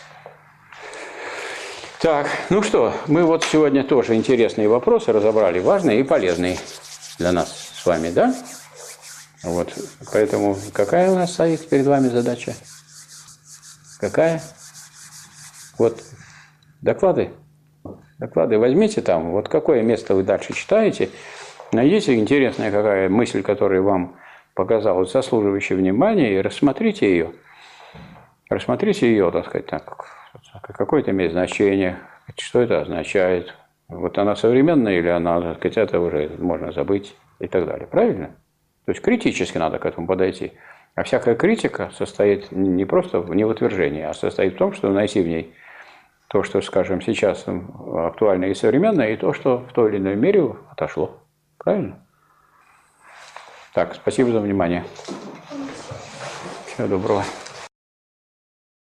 Так, ну что, мы вот сегодня тоже интересные вопросы разобрали, важные и полезные для нас с вами, да? Вот, поэтому какая у нас стоит перед вами задача? Какая? Вот, доклады. Доклады возьмите там, вот какое место вы дальше читаете, найдите интересная какая мысль, которая вам показалась заслуживающей внимания, и рассмотрите ее. Рассмотрите ее, так сказать, так, какое-то имеет значение, что это означает. Вот она современная или она, так сказать, это уже можно забыть и так далее. Правильно? То есть критически надо к этому подойти. А всякая критика состоит не просто в неутверждении, а состоит в том, что найти в ней то, что, скажем, сейчас актуально и современно, и то, что в той или иной мере отошло. Правильно? Так, спасибо за внимание. Всего доброго.